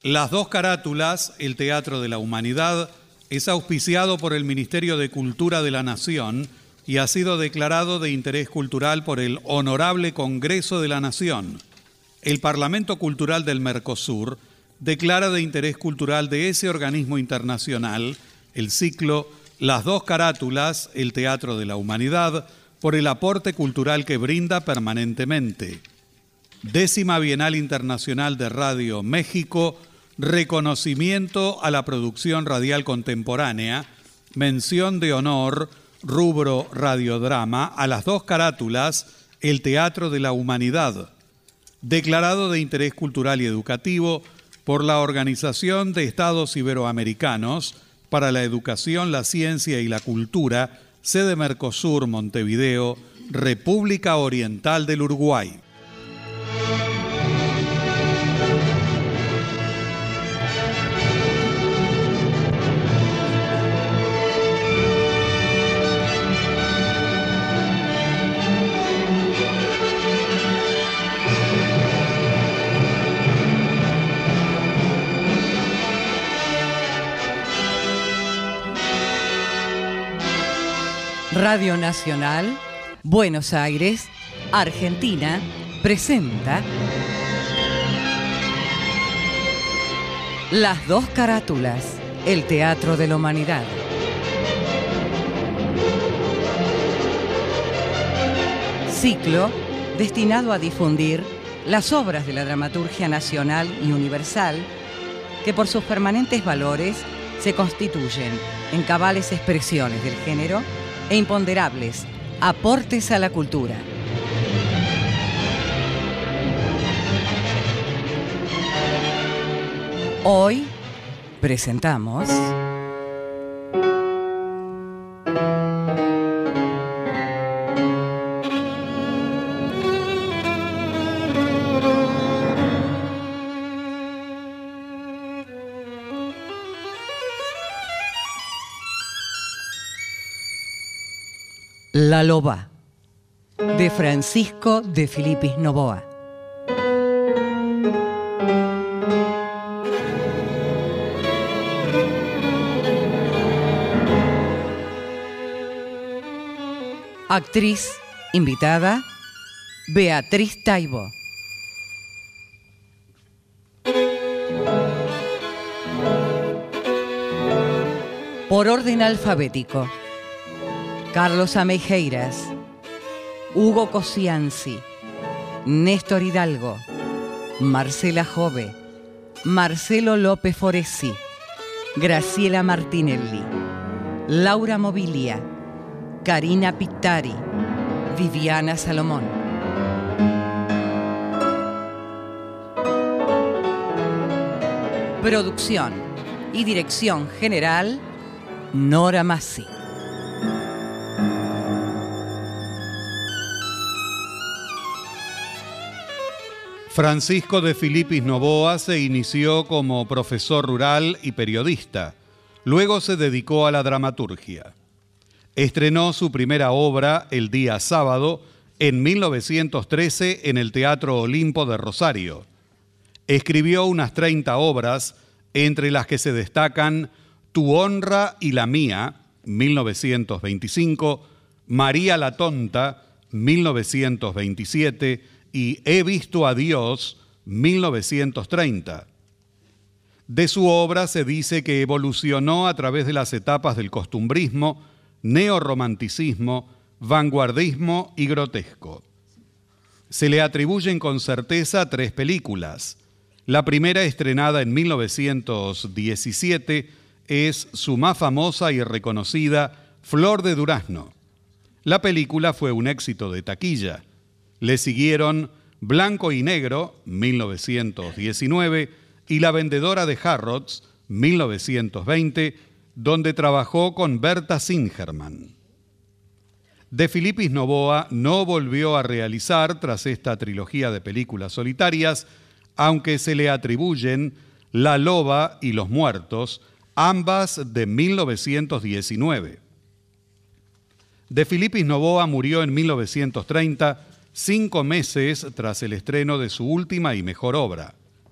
Las dos carátulas, el Teatro de la Humanidad, es auspiciado por el Ministerio de Cultura de la Nación y ha sido declarado de interés cultural por el Honorable Congreso de la Nación. El Parlamento Cultural del Mercosur declara de interés cultural de ese organismo internacional el ciclo Las dos carátulas, el Teatro de la Humanidad, por el aporte cultural que brinda permanentemente. 10ª Bienal Internacional de Radio México, reconocimiento a la producción radial contemporánea, mención de honor, rubro radiodrama, a las dos carátulas, el Teatro de la Humanidad, declarado de interés cultural y educativo por la Organización de Estados Iberoamericanos para la Educación, la Ciencia y la Cultura, sede Mercosur, Montevideo, República Oriental del Uruguay. Radio Nacional, Buenos Aires, Argentina, presenta Las dos carátulas, el Teatro de la Humanidad. Ciclo destinado a difundir las obras de la dramaturgia nacional y universal que por sus permanentes valores se constituyen en cabales expresiones del género e imponderables aportes a la cultura. Hoy presentamos La Loba, de Francisco de Filipis Novoa. Actriz invitada, Beatriz Taibo. Por orden alfabético: Carlos Ameireiras, Hugo Cosianzi, Néstor Hidalgo, Marcela Jove, Marcelo López Foresi, Graciela Martinelli, Laura Mobilia, Karina Pittari, Viviana Salomón. Producción y dirección general, Nora Massi. Francisco de Filipis Novoa se inició como profesor rural y periodista. Luego se dedicó a la dramaturgia. Estrenó su primera obra el día sábado en 1913 en el Teatro Olimpo de Rosario. Escribió unas 30 obras, entre las que se destacan Tu honra y la mía, 1925, María la tonta, 1927, y He visto a Dios, 1930. De su obra se dice que evolucionó a través de las etapas del costumbrismo, neorromanticismo, vanguardismo y grotesco. Se le atribuyen con certeza 3 películas. La primera, estrenada en 1917, es su más famosa y reconocida Flor de Durazno. La película fue un éxito de taquilla. Le siguieron Blanco y Negro, 1919, y La vendedora de Harrods, 1920, donde trabajó con Berta Singerman. De Filipis Novoa no volvió a realizar, tras esta trilogía de películas solitarias, aunque se le atribuyen La loba y Los muertos, ambas de 1919. De Filipis Novoa murió en 1930, 5 meses tras el estreno de su última y mejor obra.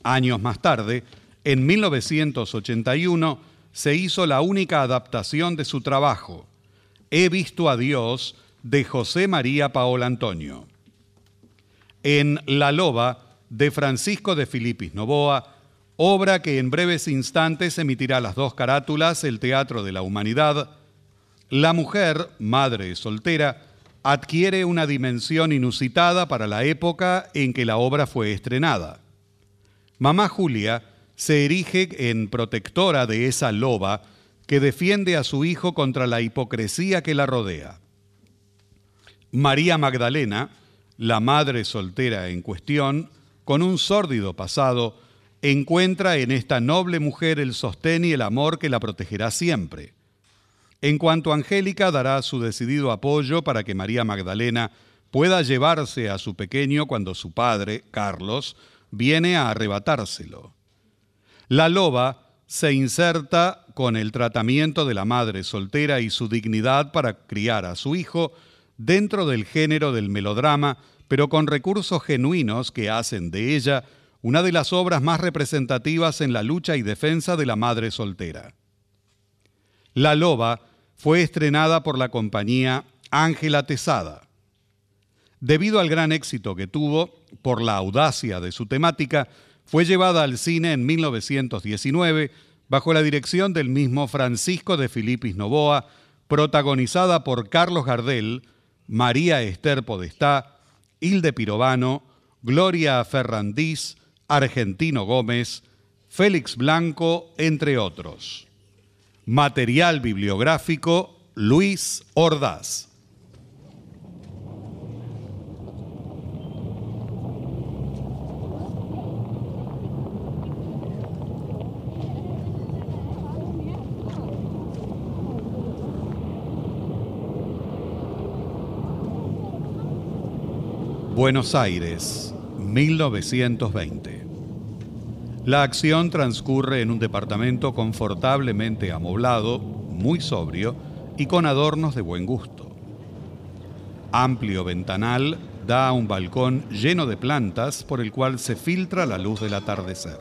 Años más tarde, en 1981, se hizo la única adaptación de su trabajo, He visto a Dios, de José María Paol Antonio. En La loba, de Francisco de Filipis Novoa, obra que en breves instantes emitirá las dos carátulas, el Teatro de la Humanidad, la mujer, madre soltera, adquiere una dimensión inusitada para la época en que la obra fue estrenada. Mamá Julia se erige en protectora de esa loba que defiende a su hijo contra la hipocresía que la rodea. María Magdalena, la madre soltera en cuestión, con un sórdido pasado, encuentra en esta noble mujer el sostén y el amor que la protegerá siempre. En cuanto a Angélica, dará su decidido apoyo para que María Magdalena pueda llevarse a su pequeño cuando su padre, Carlos, viene a arrebatárselo. La loba se inserta con el tratamiento de la madre soltera y su dignidad para criar a su hijo dentro del género del melodrama, pero con recursos genuinos que hacen de ella una de las obras más representativas en la lucha y defensa de la madre soltera. La loba fue estrenada por la compañía Ángela Tesada. Debido al gran éxito que tuvo, por la audacia de su temática, fue llevada al cine en 1919 bajo la dirección del mismo Francisco de Filipis Novoa, protagonizada por Carlos Gardel, María Esther Podestá, Hilde Pirovano, Gloria Ferrandís, Argentino Gómez, Félix Blanco, entre otros. Material bibliográfico, Luis Ordaz. Buenos Aires, 1920. La acción transcurre en un departamento confortablemente amoblado, muy sobrio y con adornos de buen gusto. Amplio ventanal da a un balcón lleno de plantas por el cual se filtra la luz del atardecer.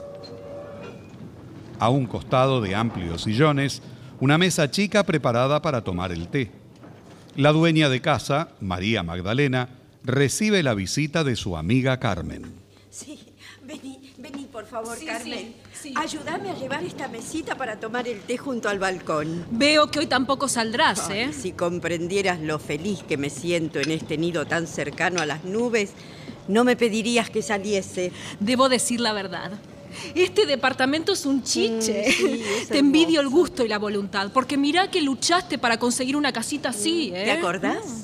A un costado de amplios sillones, una mesa chica preparada para tomar el té. La dueña de casa, María Magdalena, recibe la visita de su amiga Carmen. Sí, vení por favor, Sí, Carmen. sí. Ayúdame a llevar esta mesita para tomar el té junto al balcón. Veo que hoy tampoco saldrás, ¿eh? Ay, si comprendieras lo feliz que me siento en este nido tan cercano a las nubes, no me pedirías que saliese. Debo decir la verdad. Este departamento es un chiche. Sí, es Te envidio el hermoso. gusto y la voluntad, porque mirá que luchaste para conseguir una casita así, ¿eh? ¿Te acordás?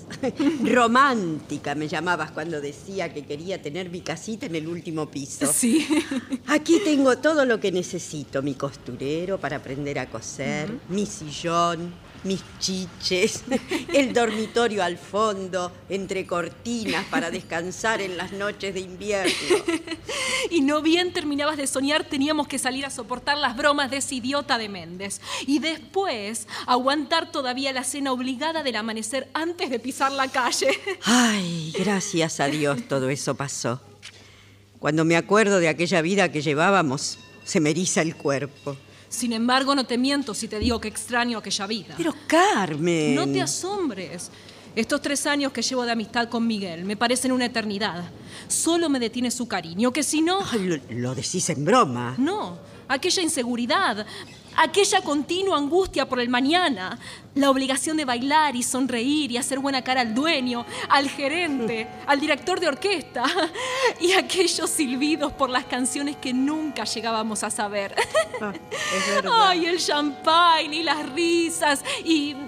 Romántica me llamabas cuando decía que quería tener mi casita en el último piso. Sí. Aquí tengo todo lo que necesito. Mi costurero para aprender a coser, mi sillón, mis chiches, el dormitorio al fondo, entre cortinas para descansar en las noches de invierno. Y no bien terminabas de soñar, teníamos que salir a soportar las bromas de ese idiota de Méndez. Y después, aguantar todavía la cena obligada del amanecer antes de pisar la calle. Ay, gracias a Dios todo eso pasó. Cuando me acuerdo de aquella vida que llevábamos, se me eriza el cuerpo. Sin embargo, no te miento si te digo que extraño aquella vida. Pero, Carmen... No te asombres. Estos 3 años que llevo de amistad con Miguel me parecen una eternidad. Solo me detiene su cariño, que si no... Ay, lo decís en broma. No, aquella inseguridad, aquella continua angustia por el mañana, la obligación de bailar y sonreír y hacer buena cara al dueño, al gerente, al director de orquesta y aquellos silbidos por las canciones que nunca llegábamos a saber. Es verdad. Ay, el champagne y las risas y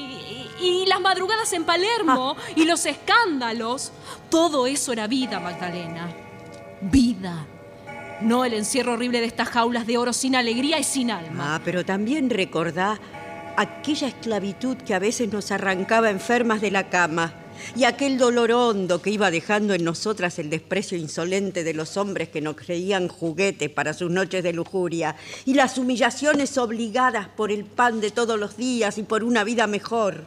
las madrugadas en Palermo y los escándalos. Todo eso era vida, Magdalena. Vida. No el encierro horrible de estas jaulas de oro sin alegría y sin alma. Pero también recordá aquella esclavitud que a veces nos arrancaba enfermas de la cama y aquel dolor hondo que iba dejando en nosotras el desprecio insolente de los hombres que nos creían juguetes para sus noches de lujuria y las humillaciones obligadas por el pan de todos los días y por una vida mejor.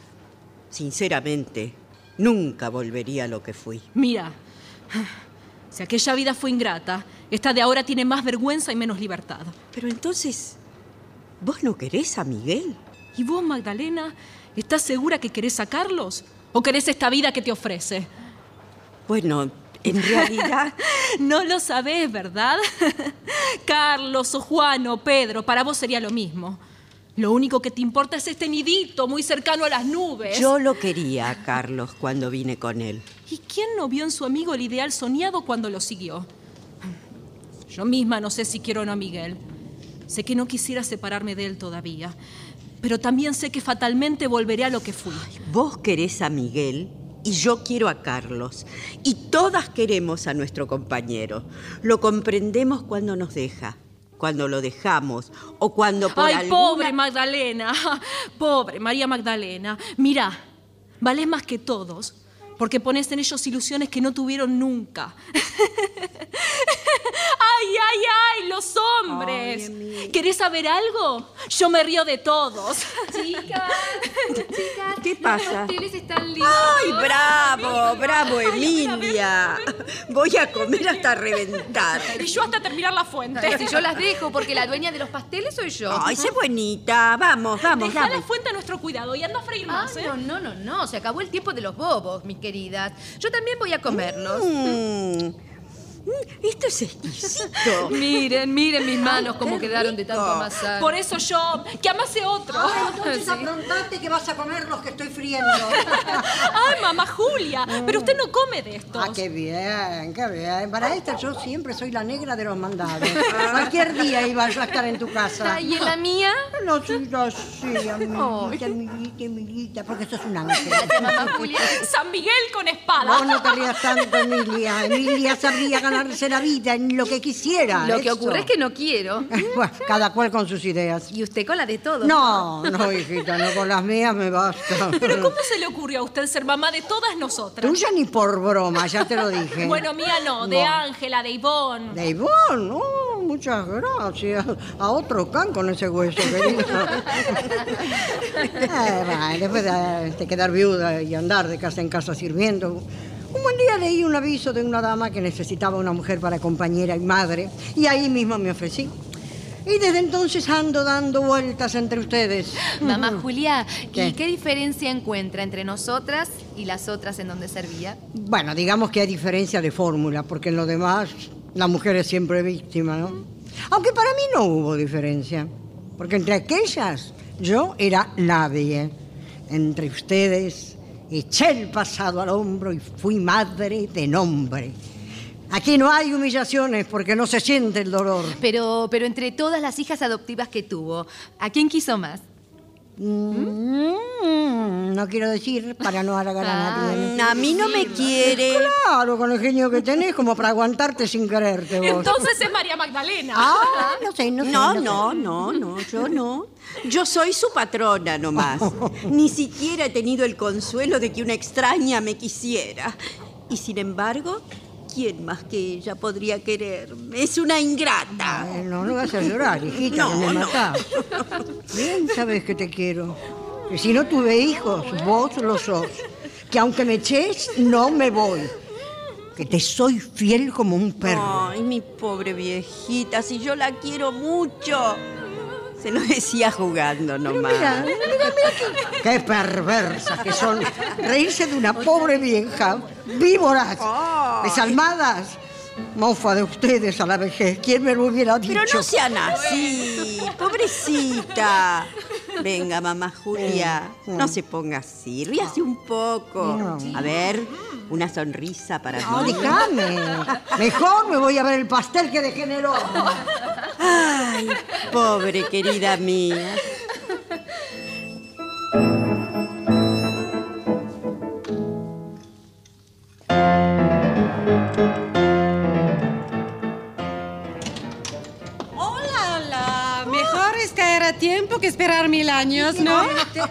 Sinceramente, nunca volvería a lo que fui. Mira, Si aquella vida fue ingrata, esta de ahora tiene más vergüenza y menos libertad. Pero entonces, ¿vos no querés a Miguel? ¿Y vos, Magdalena, estás segura que querés a Carlos? ¿O querés esta vida que te ofrece? Bueno, en realidad... No lo sabés, ¿verdad? Carlos o Juan o Pedro, para vos sería lo mismo. Lo único que te importa es este nidito muy cercano a las nubes. Yo lo quería a Carlos cuando vine con él. ¿Y quién no vio en su amigo el ideal soñado cuando lo siguió? Yo misma no sé si quiero o no a Miguel. Sé que no quisiera separarme de él todavía, pero también sé que fatalmente volveré a lo que fui. Vos querés a Miguel y yo quiero a Carlos. Y todas queremos a nuestro compañero. Lo comprendemos cuando nos deja, cuando lo dejamos o cuando por ¡Ay, alguna... pobre Magdalena! Pobre María Magdalena. Mirá, valés más que todos, porque pones en ellos ilusiones que no tuvieron nunca. ¡Ay, ay, ay! ¡Los hombres! Ay, ¿Querés saber algo? Yo me río de todos. Chicas, ¿Qué pasa? Los pasteles están listos. ¡Ay, bravo! ¡Bravo, Emilia! Voy a comer hasta reventar. Y yo hasta terminar la fuente. Si yo las dejo, porque la dueña de los pasteles soy yo. ¡Ay, sé buenita! Vamos, vamos, Dejá la vamos. fuente a nuestro cuidado y anda a freír más, ¿eh? No. Se acabó el tiempo de los bobos, mis queridas. Yo también voy a comerlos. Esto es exquisito. Miren mis manos como quedaron de tanto amasar. Por eso yo, que amase otro. Entonces aprontate que vas a comer los que estoy friendo. Ay, mamá Julia, pero usted no come de estos. Ah, qué bien, qué bien. Para esta yo siempre soy la negra de los mandados. Cualquier día iba yo a estar en tu casa. ¿Y en la mía? No, sí, amiguita, porque sos un ángel. Mamá Julia. San Miguel con espada. Vos no te rías tanto, Emilia. Emilia sabría ganarse la vida en lo que quisiera. Lo que eso. ocurre es que no quiero. Bueno, cada cual con sus ideas. Y usted con la de todos. No, hijita, no, con las mías me basta. Pero ¿cómo se le ocurrió a usted ser mamá de todas nosotras? Tuya ni por broma, ya te lo dije. Bueno, mía no, de Ángela, de Ivonne. De Ivonne, no, muchas gracias. A otro can con ese hueso, querido. Bueno, después de quedar viuda y andar de casa en casa sirviendo, un buen día leí un aviso de una dama que necesitaba una mujer para compañera y madre, y ahí mismo me ofrecí. Y desde entonces ando dando vueltas entre ustedes. Mamá Julia, ¿Qué? ¿y qué diferencia encuentra entre nosotras y las otras en donde servía? Bueno, digamos que hay diferencia de fórmula, porque en lo demás la mujer es siempre víctima, ¿no? Aunque para mí no hubo diferencia, porque entre aquellas yo era nadie. Entre ustedes eché el pasado al hombro y fui madre de nombre. Aquí no hay humillaciones porque no se siente el dolor. Pero entre todas las hijas adoptivas que tuvo, ¿a quién quiso más? No quiero decir para no halagar a nadie. A mí no me quiere. Claro, con el genio que tenés como para aguantarte sin quererte vos. Entonces es María Magdalena. Ah, no sé. No, yo no. Yo soy su patrona nomás. Ni siquiera he tenido el consuelo de que una extraña me quisiera. Y sin embargo, ¿quién más que ella podría quererme? Es una ingrata. No vas a llorar, hijita, que me matás. Bien sabes que te quiero. Que si no tuve hijos, vos lo sos. Que aunque me eches, no me voy. Que te soy fiel como un perro. Ay, mi pobre viejita, si yo la quiero mucho. Se lo decía jugando nomás. Mira aquí. Qué perversas que son. Reírse de una pobre vieja. Víboras. Desalmadas. Mofa de ustedes a la vejez. ¿Quién me lo hubiera dicho? Pero no sean así, pobrecita. Venga, mamá Julia, no se ponga así. Ríase un poco. No. A ver, una sonrisa para No, mí. déjame. Mejor me voy a ver el pastel que dejé en el horno. Ay, pobre querida mía. ¡Hola! Mejor es caer a tiempo que esperar 1000 años, ¿no?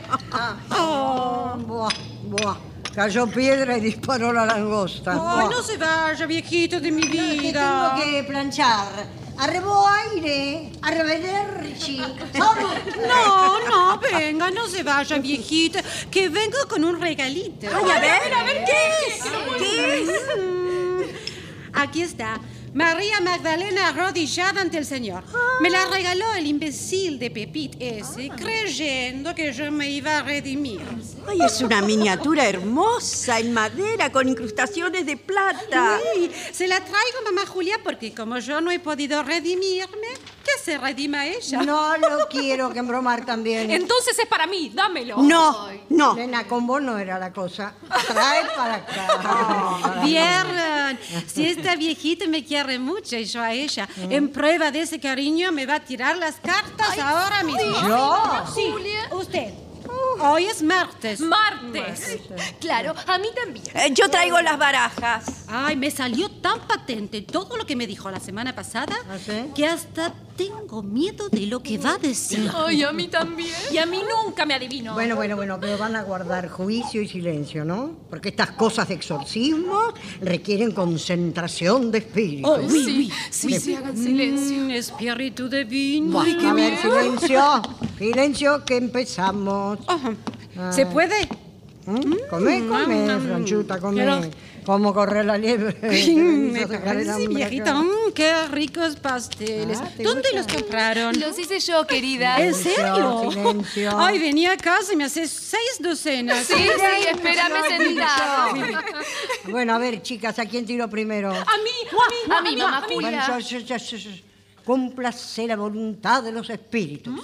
Buah. Cayó piedra y disparó la langosta. Ay, no se vaya, viejito de mi Que vida. tengo que planchar. Arrebó aire. Arrivederci. Vamos. No, venga, no se vaya, viejita, que vengo con un regalito. Ay, a ver, ¿qué es? ¿Qué es? Aquí está. María Magdalena arrodillada ante el Señor. Me la regaló el imbécil de Pepit ese, creyendo que yo me iba a redimir. Ay, es una miniatura hermosa en madera con incrustaciones de plata. Sí, se la traigo, mamá Julia, porque como yo no he podido redimirme, que se redima ella. No lo quiero que embromar también. Entonces es para mí, dámelo. No, no. Nena, con vos no era la cosa. Trae para acá. Vieron, si esta viejita me quiere mucho y yo a ella, en prueba de ese cariño me va a tirar las cartas ahora mismo. ¿Yo? Sí, usted. Hoy es martes. Martes. Claro, a mí también. Yo traigo las barajas. Ay, me salió tan patente todo lo que me dijo la semana pasada ¿Ah, sí? que hasta tengo miedo de lo que va a decir. Ay, a mí también. Y a mí nunca me adivino. Bueno, pero van a guardar juicio y silencio, ¿no? Porque estas cosas de exorcismo requieren concentración de espíritu. Oh, oui, Sí, hagan silencio. Espíritu divino. Bueno, a ver, silencio. Silencio, que empezamos. Ajá. ¿Se puede? Come, Franchuta, come. Pero- ¿Cómo corre la liebre? Me parece, viejita. Qué ricos pasteles. ¿te ¿Dónde gusta? los compraron? Los hice yo, querida. ¿En Silencio, serio? silencio. Ay, venía a casa y me hace 6 docenas. Sí, espérame sentado. Bueno, a ver, chicas, ¿a quién tiro primero? A mí, mamá Bueno, Julia. yo. Cúmplase la voluntad de los espíritus.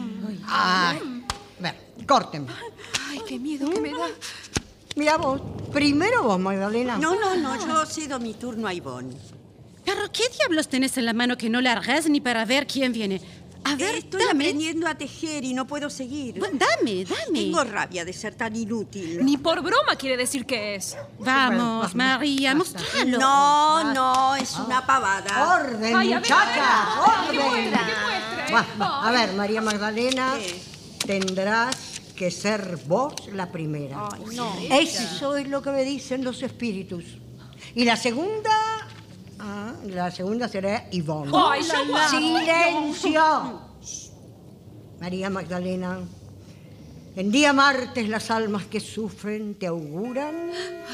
A ver, córtenme. Ay, qué miedo que me da. Mira vos, primero vos, Magdalena. No, yo cedo mi turno a Ivonne. ¿Pero qué diablos tenés en la mano que no largas ni para ver quién viene? A ver, Estoy dame. aprendiendo a tejer y no puedo seguir. Bueno, dame. Tengo rabia de ser tan inútil. Ni por broma quiere decir que es. Vamos, María, mostralo. No, es una pavada. Orden, Ay, a ver, muchachas, que orden. muestre. A ver, María Magdalena, tendrás que ser vos la primera. Eso es lo que me dicen los espíritus. Y la segunda será Ivonne. Ay, yo- ¡Silencio! María Magdalena, en día martes las almas que sufren te auguran.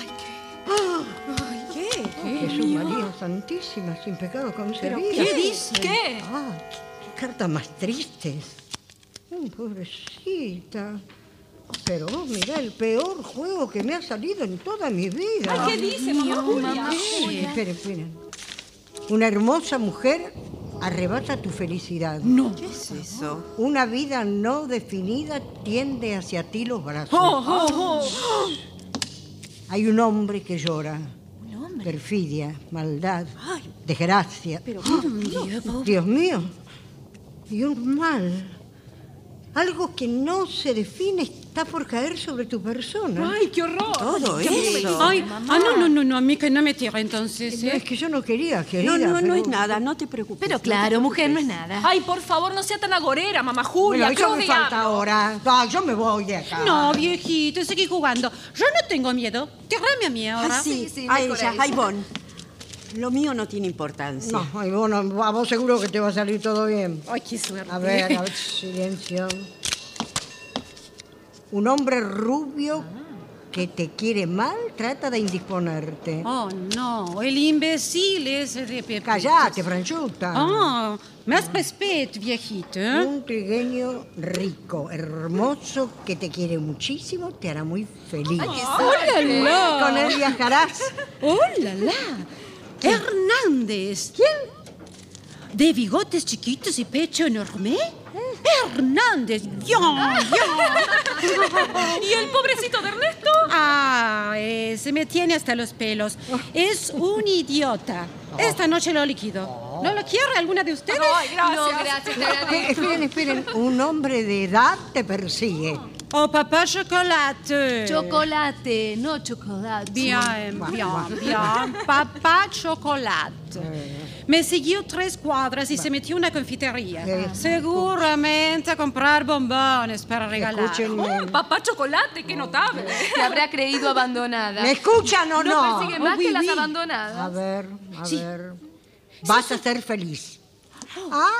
¿Qué? Jesús María Santísima, sin pecado concebida. ¿Qué dice? ¿Qué? Ah, qué cartas más tristes. Pobrecita. Pero vos mirá el peor juego que me ha salido en toda mi vida. ¿Qué dice, mamá Julia? Esperen. Una hermosa mujer arrebata tu felicidad. No. ¿Qué es eso? Una vida no definida tiende hacia ti los brazos. Hay un hombre que llora. Perfidia, maldad, desgracia. Dios mío. Y un mal. Algo que no se define está por caer sobre tu persona. Ay, qué horror. Todo eso. Ay, no, a mí que no me tira entonces. Es que yo no quería, querida. No pero- es nada, no te preocupes. Pero no te claro, mujer, no es preocupes. nada. Ay, por favor, no sea tan agorera, mamá Bueno, Julia. eso me Claudia. falta ahora. Ah, yo me voy de acá. No, viejito, seguí jugando. Yo no tengo miedo. Tírame a mí ahora. Ah, sí, sí, a mejor ella, a ella. a Ivonne. Lo mío no tiene importancia. No, ay, bueno, a vos seguro que te va a salir todo bien. Ay, qué suerte. A ver, silencio. Un hombre rubio que te quiere mal trata de indisponerte. Oh, no, el imbécil ese de Pepe. Callate, Franchuta. Oh, más respeto, viejito. ¿Eh? Un trigueño rico, hermoso, que te quiere muchísimo, te hará muy feliz. ¡Hola! Con él viajarás. ¡Hola! Hernández. ¿Quién? ¿De bigotes chiquitos y pecho enorme? Hernández. Yo. ¿Y el pobrecito de Ernesto? Ah, se me tiene hasta los pelos. Es un idiota. Esta noche lo liquido. ¿No lo quiere alguna de ustedes? Ay, gracias. No, gracias, te agradezco. Esperen. Un hombre de edad te persigue. Oh, papá chocolate. Chocolate, no chocolate. Bien. Papá chocolate. Me siguió 3 cuadras y se metió a una confitería. Seguramente a comprar bombones para regalar. Escúchenme. Papá Chocolate, qué notable. Te habrá creído abandonada. ¿Me escuchan o No no? persigue más Oui, que las oui. A abandonadas. ver. Vas a ser feliz.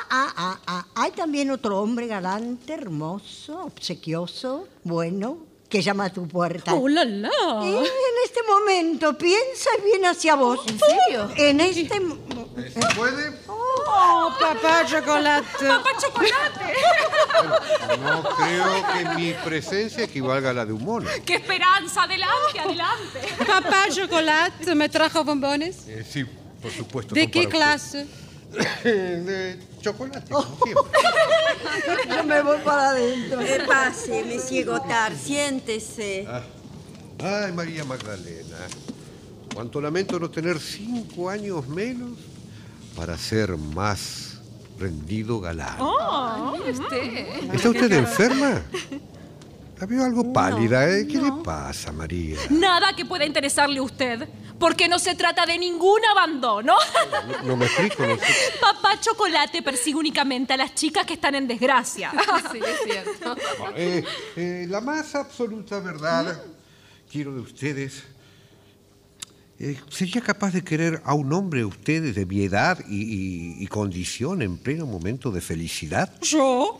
Hay también otro hombre galante, hermoso, obsequioso, bueno, que llama a tu puerta. ¡Oh, la, la! En este momento piensa y viene hacia vos. ¿En serio? En este... ¿Se puede? ¡Oh, papá chocolate! ¡Papá chocolate! No creo que mi presencia equivalga a la de un mono. ¡Qué esperanza! ¡Adelante, adelante! Papá chocolate, ¿me trajo bombones? Sí, por supuesto. ¿De son qué para usted. clase? De chocolate, como siempre. Yo me voy para adentro. Pase, Monsieur Gothard, siéntese. Ay, María Magdalena. Cuánto lamento no tener 5 años menos para ser más rendido galán. ¿Está usted enferma? La veo algo pálida, ¿eh? ¿Qué le pasa, María? Nada que pueda interesarle a usted, porque no se trata de ningún abandono. No me explico, no sé. Papá Chocolate persigue únicamente a las chicas que están en desgracia. Sí, es cierto. La más absoluta verdad, quiero de ustedes... ¿Sería capaz de querer a un hombre ustedes de mi edad y condición en pleno momento de felicidad? ¿Yo?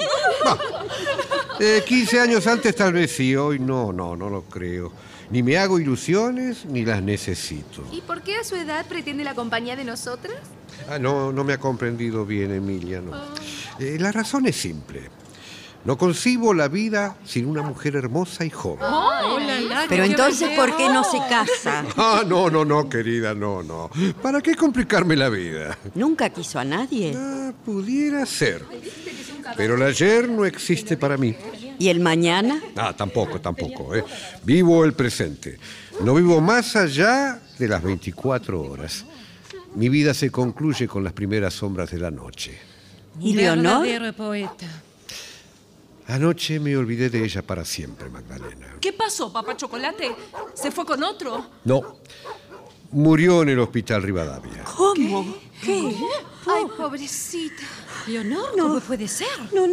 15 años antes tal vez sí, hoy no lo creo. Ni me hago ilusiones ni las necesito. ¿Y por qué a su edad pretende la compañía de nosotras? No me ha comprendido bien, Emilia, no. La razón es simple. No concibo la vida sin una mujer hermosa y joven. ¡Oh, la, la! Pero entonces, ¿por qué no se casa? No, querida, no. ¿Para qué complicarme la vida? ¿Nunca quiso a nadie? Pudiera ser. Pero el ayer no existe para mí. ¿Y el mañana? Tampoco. Vivo el presente. No vivo más allá de las 24 horas. Mi vida se concluye con las primeras sombras de la noche. ¿Y Leonor? Verdadero poeta. Anoche me olvidé de ella para siempre, Magdalena. ¿Qué pasó, Papá Chocolate? ¿Se fue con otro? No. Murió en el hospital Rivadavia. ¿Cómo? ¿Qué? Ay, pobrecita. Leonor, ¿cómo puede ser?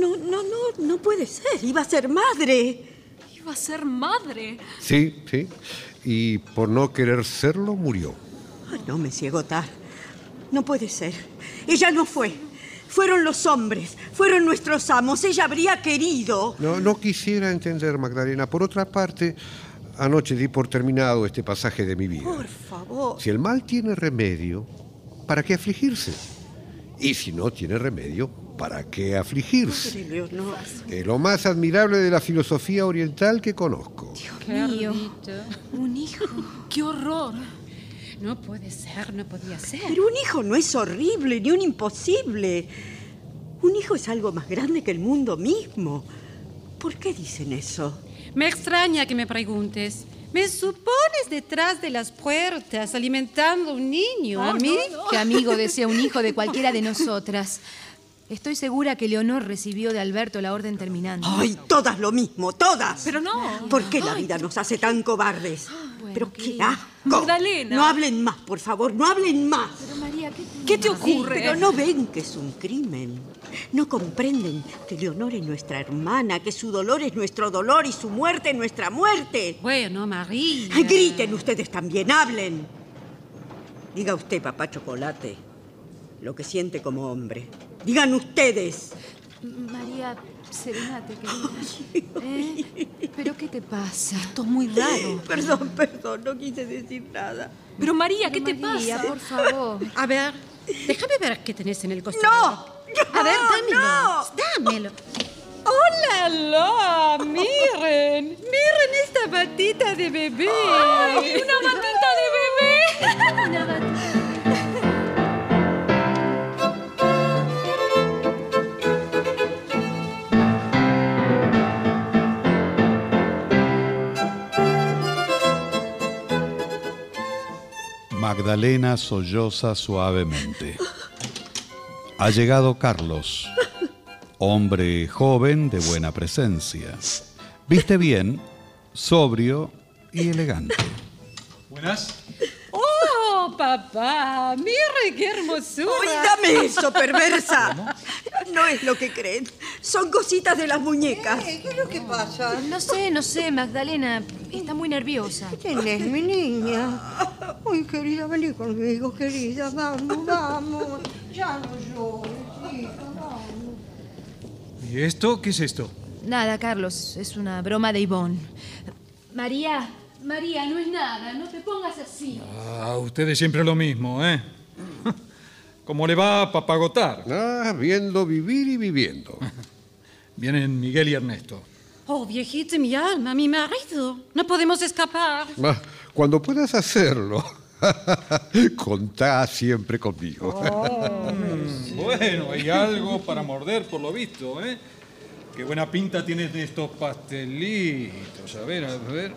No puede ser. Iba a ser madre. Iba a ser madre. Sí. Y por no querer serlo, murió. Ay, no, Monsieur Gothard. No puede ser. Ella no fue. Fueron los hombres, fueron nuestros amos. Ella habría querido. No quisiera entender, Magdalena. Por otra parte, anoche di por terminado este pasaje de mi vida. Por favor. Si el mal tiene remedio, ¿para qué afligirse? Y si no tiene remedio, ¿para qué afligirse? Leonor. Es lo más admirable de la filosofía oriental que conozco. Mío. Un hijo. ¡Qué horror! No puede ser, no podía ser. Pero un hijo no es horrible ni un imposible. Un hijo es algo más grande que el mundo mismo. ¿Por qué dicen eso? Me extraña que me preguntes. ¿Me supones detrás de las puertas alimentando un niño a mí? Que amigo desea un hijo de cualquiera de nosotras. Estoy segura que Leonor recibió de Alberto la orden terminante. ¡Ay, todas lo mismo, todas! Pero no. ¿Por qué la vida nos hace tan cobardes? Bueno, Pero qué querida. asco. Magdalena. No hablen más, por favor, no hablen más. Pero María, ¿Qué te ocurre? Pero no ven que es un crimen. No comprenden que Leonor es nuestra hermana, que su dolor es nuestro dolor y su muerte es nuestra muerte. Bueno, María. Ay, griten ustedes también, hablen. Diga usted, Papá Chocolate, lo que siente como hombre. Digan ustedes. María, serenate, querida. ¿Pero qué te pasa? Esto es muy raro. Perdón, no quise decir nada. Pero María, ¿qué te María, pasa? por favor. A ver, déjame ver qué tenés en el costal. ¡No! A ver, dámelo. ¡No! Dámelo. ¡Hola, la! ¡Miren! ¡Miren esta batita de bebé! ¡Ay, una batita de bebé! Una batita. Magdalena solloza suavemente. Ha llegado Carlos, hombre joven de buena presencia. Viste bien, sobrio y elegante. Buenas. ¡Oh, papá! ¡Mire qué hermosura! ¡Ay, dame eso, perversa! No es lo que creen. Son cositas de las muñecas. ¿Qué es lo que pasa? No sé, Magdalena. Está muy nerviosa. ¿Quién es mi niña? Ay, querida, vení conmigo, querida. Vamos. Ya no llores, hija, vamos. ¿Y esto? ¿Qué es esto? Nada, Carlos, es una broma de Ivonne. María, no es nada, no te pongas así. Ustedes siempre lo mismo, ¿eh? ¿Cómo le va a papagotar? Viendo vivir y viviendo. Vienen Miguel y Ernesto. Oh, viejito de mi alma, mi marido. No podemos escapar. Cuando puedas hacerlo, contá siempre conmigo. Bueno, hay algo para morder por lo visto, ¿eh? Qué buena pinta tienen estos pastelitos. A ver.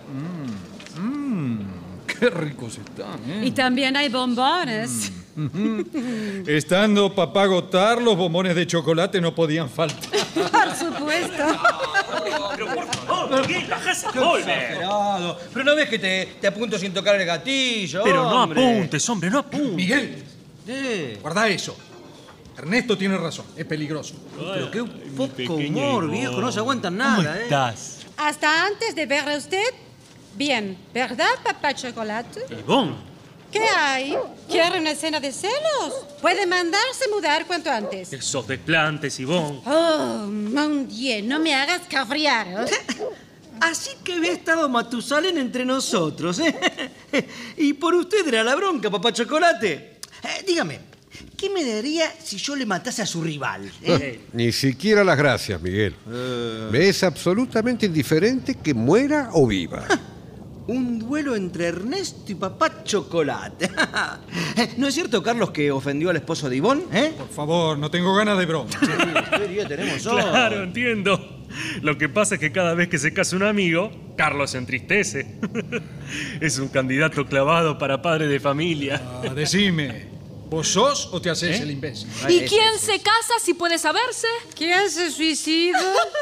Qué ricos están, ¿eh? Y también hay bombones. Estando papá Gotar, los bombones de chocolate no podían faltar. Por supuesto. Pero por favor, Miguel, bajá ese golpe. Pero no ves que te apunto sin tocar el gatillo. Pero hombre. no apuntes, hombre, no apuntes. Miguel, guarda eso. Ernesto tiene razón, es peligroso. Pero qué poco humor, viejo, no se aguantan nada. ¿Cómo estás? Hasta antes de ver a usted, bien, ¿verdad, papá Chocolate? Ivonne. ¿Qué hay? ¿Quiere una escena de celos? Puede mandarse mudar cuanto antes. Esos desplantes, Ivonne. Oh, mon Dieu, no me hagas cabrear. Así que había estado Matusalén entre nosotros, ¿eh? Y por usted era la bronca, papá Chocolate. Dígame, ¿qué me daría si yo le matase a su rival? Ni siquiera las gracias, Miguel. Me es absolutamente indiferente que muera o viva. Un duelo entre Ernesto y papá Chocolate. ¿No es cierto, Carlos, que ofendió al esposo de Ivonne? Por favor, no tengo ganas de broma. Tenemos hoy. Claro, entiendo. Lo que pasa es que cada vez que se casa un amigo, Carlos se entristece. Es un candidato clavado para padre de familia. Decime, ¿vos sos o te haces el imbécil? ¿Y quién se casa si puede saberse? ¿Quién se suicida?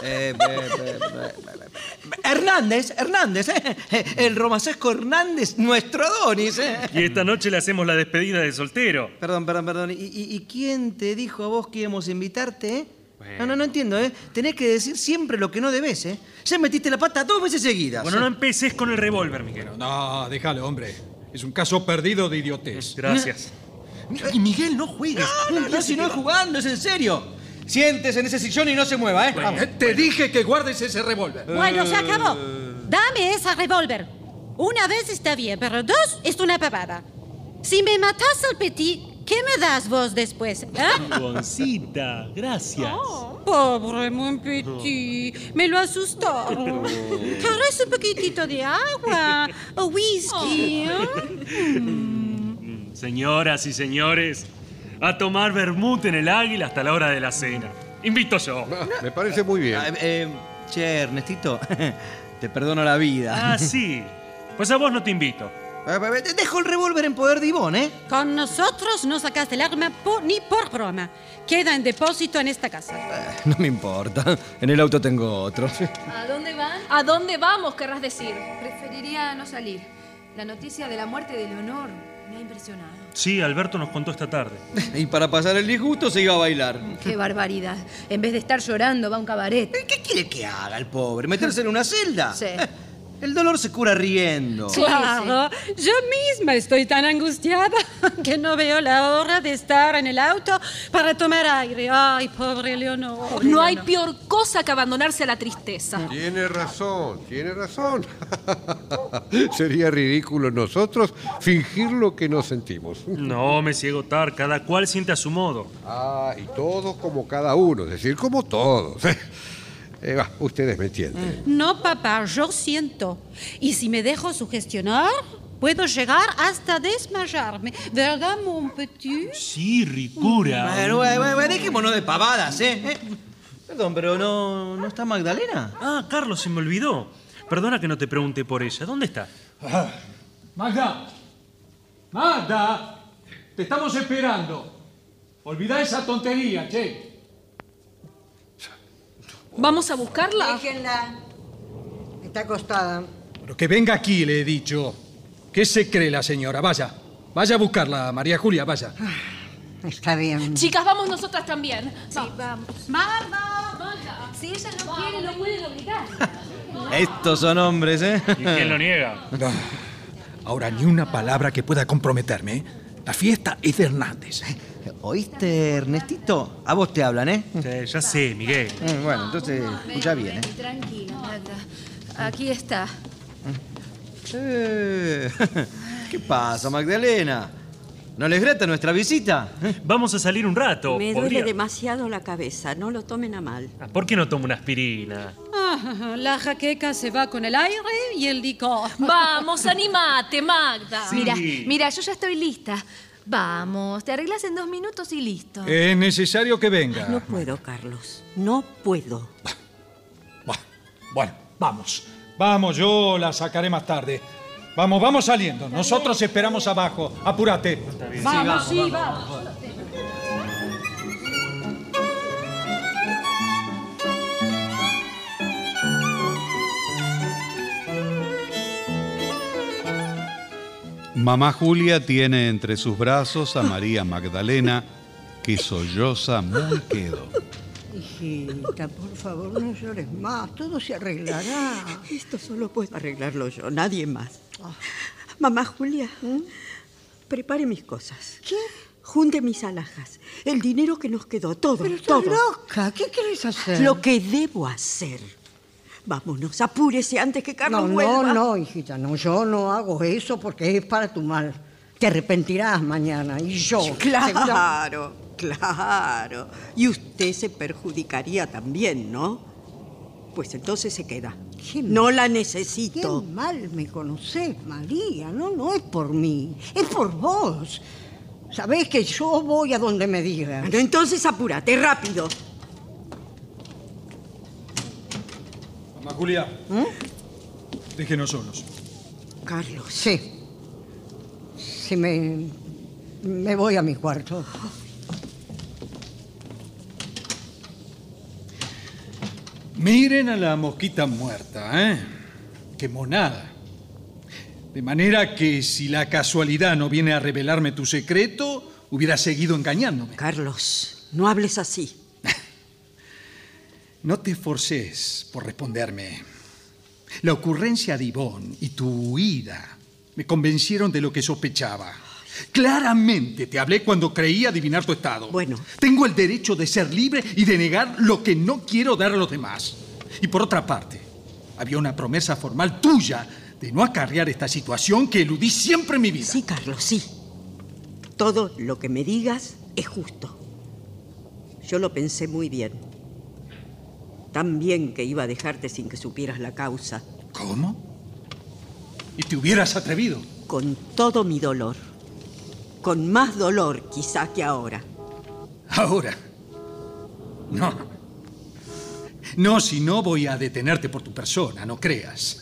Hernández, el romacesco Hernández, nuestro Adonis. Y esta noche le hacemos la despedida de soltero. Perdón. ¿Y quién te dijo a vos que íbamos a invitarte, Bueno. No entiendo, Tenés que decir siempre lo que no debes, Ya metiste la pata 2 veces seguidas. Bueno, no empeces con el revólver, Miguel. No, déjalo, hombre. Es un caso perdido de idiotez. Gracias. Y Miguel, no juegues. No, si no es jugando, es en serio. Siéntese en ese sillón y no se mueva, Bueno, te dije que guardes ese revólver. Bueno, se acabó. Dame ese revólver. Una vez está bien, pero 2 es una pavada. Si me matas al petit, ¿qué me das vos después? Boncita, gracias. Pobre mon petit, me lo asustó. ¿Querés un poquitito de agua o whisky? Señoras y señores, a tomar vermut en el Águila hasta la hora de la cena. Invito yo. Me parece muy bien. Che, Ernestito, te perdono la vida. Sí. Pues a vos no te invito. Dejo el revólver en poder de Ivonne, Con nosotros no sacaste el arma ni por broma. Queda en depósito en esta casa. No me importa. En el auto tengo otro. ¿A dónde van? ¿A dónde vamos, querrás decir? Preferiría no salir. La noticia de la muerte de Leonor me ha impresionado. Sí, Alberto nos contó esta tarde. Y para pasar el disgusto se iba a bailar. ¡Qué barbaridad! En vez de estar llorando, va a un cabaret. ¿Qué quiere que haga el pobre? ¿Meterse en una celda? Sí. El dolor se cura riendo. Sí, Claro, yo misma estoy tan angustiada que no veo la hora de estar en el auto para tomar aire. Ay, pobre Leonor. No hay peor cosa que abandonarse a la tristeza. Tiene razón. Sería ridículo nosotros fingir lo que no sentimos. No, Monsieur Gotar, cada cual siente a su modo. Y todos como cada uno, es decir, como todos. Ustedes me entienden. No, papá, yo siento. Y si me dejo sugestionar, puedo llegar hasta desmayarme. ¿Verdad, mon petit? Sí, ricura. Bueno, dejémonos de pavadas, Perdón, pero ¿no está Magdalena? Carlos, se me olvidó. Perdona que no te pregunte por ella. ¿Dónde está? Magda, te estamos esperando. Olvidá esa tontería, che. ¿Vamos a buscarla? Déjenla. Está acostada. Pero que venga aquí, le he dicho. ¿Qué se cree la señora? Vaya a buscarla, María Julia, vaya. Está bien. Chicas, vamos nosotras también. Sí, vamos. ¡Mamá! Si ella no quiere, no pueden obligar. Estos son hombres, ¿Y quién lo niega? Ahora, ni una palabra que pueda comprometerme. La fiesta es de Hernández. ¿Oíste, Ernestito? A vos te hablan, ¿eh? Sí, ya sé, Miguel. Bueno, entonces escucha bien, ¿eh? Tranquila, Magda. Aquí está. ¿Qué pasa, Magdalena? ¿No les grata nuestra visita? Vamos a salir un rato. Me duele demasiado la cabeza, no lo tomen a mal. ¿Por qué no tomo una aspirina? Ah, la jaqueca se va con el aire y el licor. Vamos, animate, Magda. Sí. Mira, yo ya estoy lista. Vamos, te arreglas en 2 minutos y listo. Es necesario que venga. No puedo, Carlos, no puedo. Bueno, vamos. Vamos, yo la sacaré más tarde. Vamos saliendo. Nosotros esperamos abajo. Apúrate. Vamos, sí, vamos. Mamá Julia tiene entre sus brazos a María Magdalena, que solloza muy quedo. Hijita, por favor, no llores más. Todo se arreglará. Esto solo puedo arreglarlo yo, nadie más. Mamá Julia, prepare mis cosas. ¿Qué? Junte mis alhajas, el dinero que nos quedó, todo, Pero estás todo. loca. ¿Qué quieres hacer? Lo que debo hacer. Vámonos, apúrese antes que Carlos vuelva. No, hijita, no. Yo no hago eso porque es para tu mal. Te arrepentirás mañana. Y yo... Claro, claro. Y usted se perjudicaría también, ¿no? Pues entonces se queda. No la necesito. Qué mal me conocés, María. No es por mí. Es por vos. Sabés que yo voy a donde me digas. Bueno, entonces apúrate, rápido. Mamá Julia, déjenos solos. Carlos. Sí. Sí, me voy a mi cuarto. Miren a la mosquita muerta, ¿eh? ¡Qué monada! De manera que si la casualidad no viene a revelarme tu secreto, hubiera seguido engañándome. Carlos, no hables así. No te esforces por responderme. La ocurrencia de Ivonne y tu huida me convencieron de lo que sospechaba. Claramente te hablé cuando creí adivinar tu estado. Bueno. Tengo el derecho de ser libre y de negar lo que no quiero dar a los demás. Y por otra parte, había una promesa formal tuya de no acarrear esta situación que eludí siempre en mi vida. Sí, Carlos, sí. Todo lo que me digas es justo. Yo lo pensé muy bien. Tan bien que iba a dejarte sin que supieras la causa. ¿Cómo? ¿Y te hubieras atrevido? Con todo mi dolor. Con más dolor, quizá, que ahora. ¿Ahora? No. No, si no voy a detenerte por tu persona, no creas.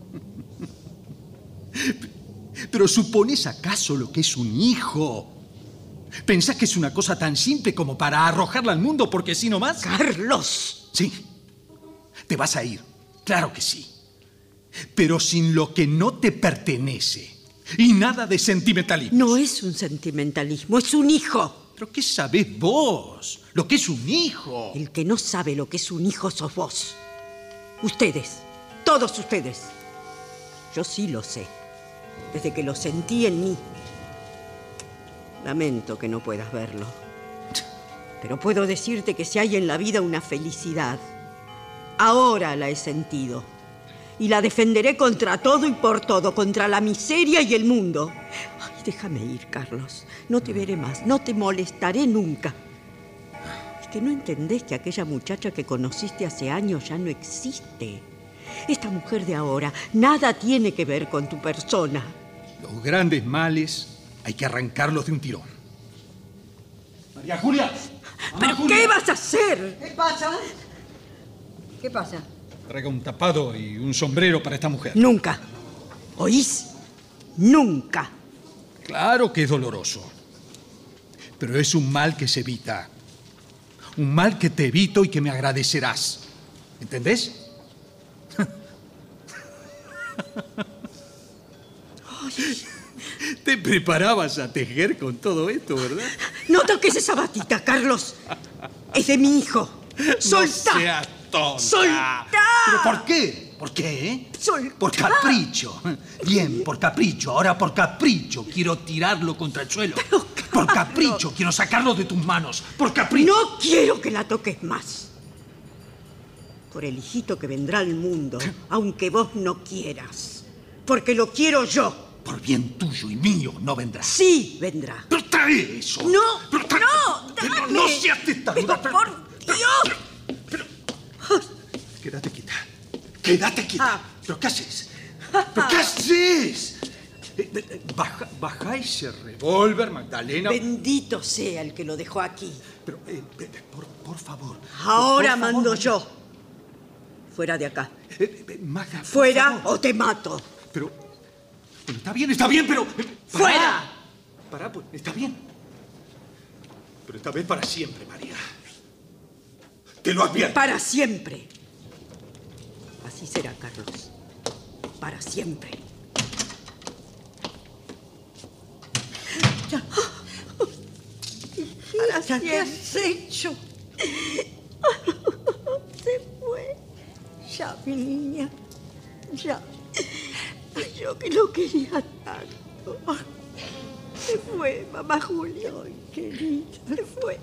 Pero ¿supones acaso lo que es un hijo? ¿Pensás que es una cosa tan simple como para arrojarla al mundo porque sí nomás? ¡Carlos! Sí. Te vas a ir. Claro que sí. Pero sin lo que no te pertenece. Y nada de sentimentalismo. No es un sentimentalismo, es un hijo. ¿Pero qué sabés vos? Lo que es un hijo. El que no sabe lo que es un hijo sos vos. Ustedes, todos ustedes. Yo sí lo sé, desde que lo sentí en mí. Lamento que no puedas verlo. Pero puedo decirte que si hay en la vida una felicidad, ahora la he sentido. Y la defenderé contra todo y por todo, contra la miseria y el mundo. Ay, déjame ir, Carlos. No te veré más, no te molestaré nunca. Es que no entendés que aquella muchacha que conociste hace años ya no existe. Esta mujer de ahora nada tiene que ver con tu persona. Los grandes males hay que arrancarlos de un tirón. María Julia. ¿Pero Julia. qué vas a hacer? ¿Qué pasa? ¿Qué pasa? Traiga un tapado y un sombrero para esta mujer. Nunca. ¿Oís? Nunca. Claro que es doloroso. Pero es un mal que se evita. Un mal que te evito y que me agradecerás. ¿Entendés? Te preparabas a tejer con todo esto, ¿verdad? No toques esa batita, Carlos. Es de mi hijo. ¡Soltá! No seas tonta. ¡Soltá! ¿Pero por qué? ¿Por qué? ¡Soltá! Por capricho. Bien, por capricho. Ahora por capricho quiero tirarlo contra el suelo. Pero, Por capricho quiero sacarlo de tus manos. Por capricho. No quiero que la toques más. Por el hijito que vendrá al mundo, aunque vos no quieras. Porque lo quiero yo. Por bien tuyo y mío no vendrá. Sí, vendrá. Pero trae eso. No, no, dame. No seas testaruda. Por Dios. Quédate quieta. Quédate quieta. ¿Pero qué haces? ¿Pero qué haces? Baja ese revólver, Magdalena. Bendito sea el que lo dejó aquí. Pero, por favor. Ahora mando yo. Fuera de acá. Magda, fuera o te mato. Pero está bien, pero... ¡Fuera! Pará, pues, está bien. Pero esta vez para siempre, María. Te lo advierto. Para siempre. Así será, Carlos. Para siempre. Ya. Hijita, ¿qué has hecho? Se fue. Ya, mi niña. Ya. Yo que lo quería tanto. Se fue, mamá Julia. Ay, qué linda. Se fue.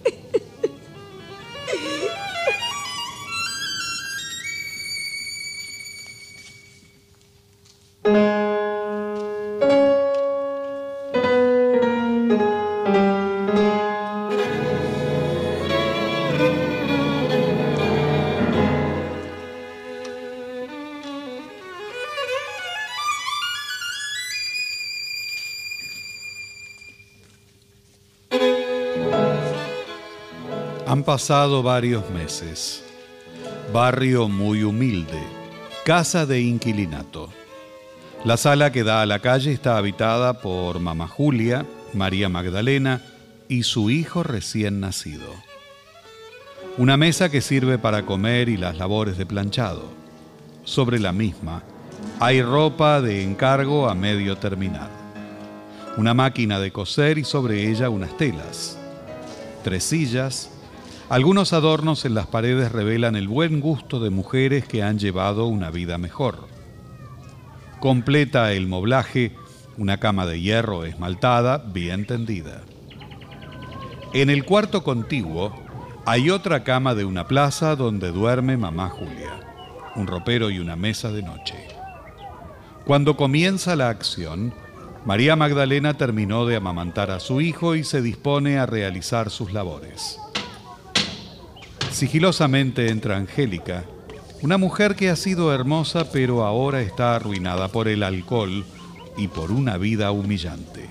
Han pasado varios meses. Barrio muy humilde. Casa de inquilinato. La sala que da a la calle está habitada por mamá Julia, María Magdalena y su hijo recién nacido. Una mesa que sirve para comer y las labores de planchado. Sobre la misma hay ropa de encargo a medio terminar. Una máquina de coser y sobre ella unas telas. 3 sillas. Algunos adornos en las paredes revelan el buen gusto de mujeres que han llevado una vida mejor. Completa el moblaje una cama de hierro esmaltada bien tendida. En el cuarto contiguo hay otra cama de una plaza donde duerme mamá Julia, un ropero y una mesa de noche. Cuando comienza la acción, María Magdalena terminó de amamantar a su hijo y se dispone a realizar sus labores. Sigilosamente entra Angélica, una mujer que ha sido hermosa pero ahora está arruinada por el alcohol y por una vida humillante.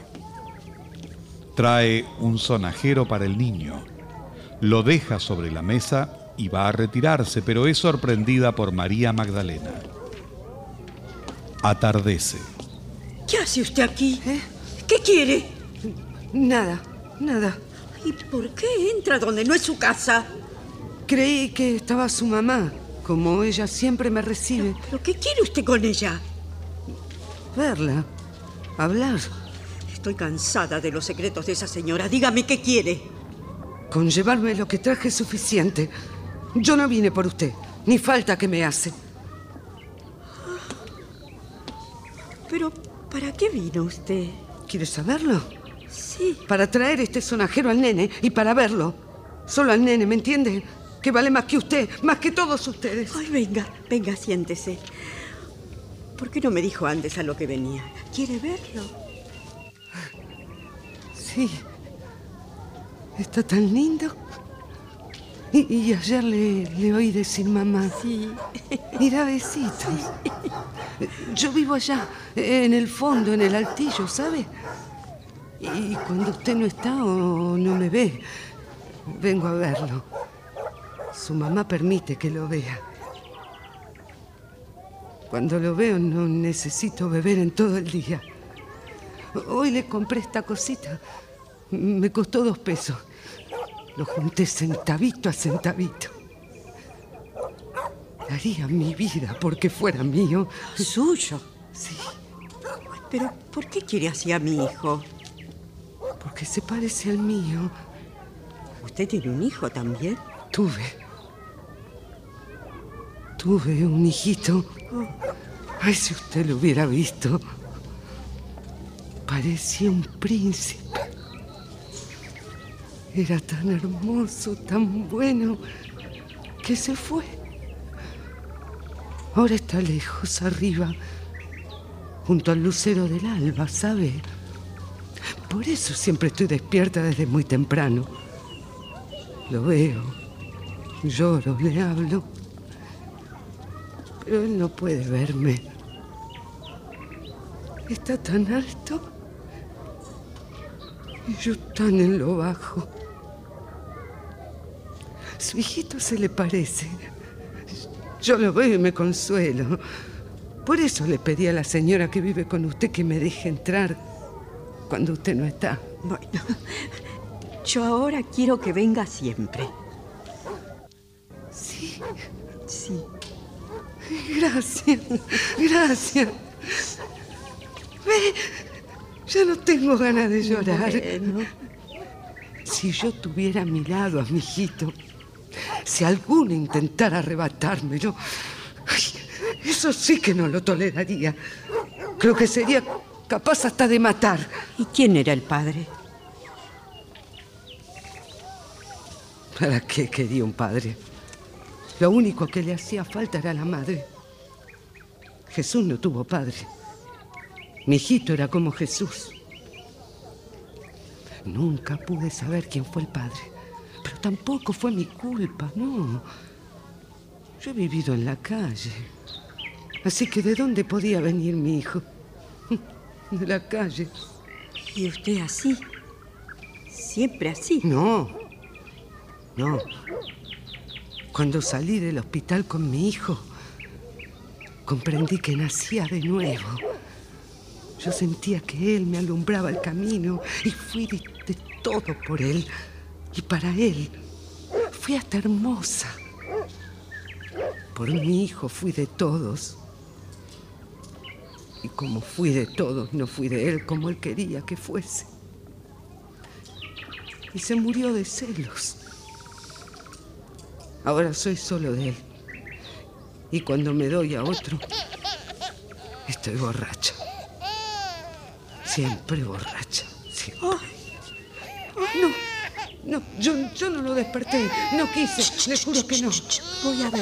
Trae un sonajero para el niño, lo deja sobre la mesa y va a retirarse, pero es sorprendida por María Magdalena. Atardece. ¿Qué hace usted aquí? ¿Qué quiere? Nada. ¿Y por qué entra donde no es su casa? Creí que estaba su mamá, como ella siempre me recibe. ¿Pero qué quiere usted con ella? Verla, hablar. Estoy cansada de los secretos de esa señora. Dígame qué quiere. Con llevarme lo que traje es suficiente. Yo no vine por usted, ni falta que me hace. Pero, ¿para qué vino usted? ¿Quiere saberlo? Sí. Para traer este sonajero al nene y para verlo. Solo al nene, ¿me entiende? Que vale más que usted, más que todos ustedes. Ay, venga, siéntese. ¿Por qué no me dijo antes a lo que venía? ¿Quiere verlo? Sí. Está tan lindo. Y ayer le oí decir mamá. Sí. Y da besitos. Sí. Yo vivo allá, en el fondo, en el altillo, ¿sabe? Y cuando usted no está o no me ve, vengo a verlo. Su mamá permite que lo vea. Cuando lo veo no necesito beber en todo el día. Hoy le compré esta cosita. Me costó 2 pesos. Lo junté centavito a centavito. Daría mi vida porque fuera mío. ¿Suyo? Sí. ¿Pero por qué quiere así a mi hijo? Porque se parece al mío. ¿Usted tiene un hijo también? Tuve un hijito. Ay, si usted lo hubiera visto. Parecía un príncipe. Era tan hermoso, tan bueno, que se fue. Ahora está lejos, arriba, junto al lucero del alba, ¿sabe? Por eso siempre estoy despierta desde muy temprano. Lo veo, lloro, le hablo. Pero él no puede verme. Está tan alto y yo tan en lo bajo. Su hijito se le parece. Yo lo veo y me consuelo. Por eso le pedí a la señora que vive con usted que me deje entrar cuando usted no está. Bueno, yo ahora quiero que venga siempre. ¿Sí? Sí. Gracias, gracias. Ve, ya no tengo ganas de llorar. Bueno. Si yo tuviera a mi lado a mi hijito, si alguno intentara arrebatármelo, eso sí que no lo toleraría. Creo que sería capaz hasta de matar. ¿Y quién era el padre? ¿Para qué quería un padre? Lo único que le hacía falta era la madre. Jesús no tuvo padre. Mi hijito era como Jesús. Nunca pude saber quién fue el padre, pero tampoco fue mi culpa, no. Yo he vivido en la calle, así que ¿de dónde podía venir mi hijo? De la calle. ¿Y usted así? ¿Siempre así? No, no. Cuando salí del hospital con mi hijo, comprendí que nacía de nuevo. Yo sentía que él me alumbraba el camino y fui de todo por él y para él. Fui hasta hermosa. Por mi hijo fui de todos. Y como fui de todos, no fui de él como él quería que fuese. Y se murió de celos. Ahora soy solo de él. Y cuando me doy a otro, estoy borracha. Siempre borracha. Siempre. No, yo no lo desperté. No quise. Le juro que no. Voy a ver.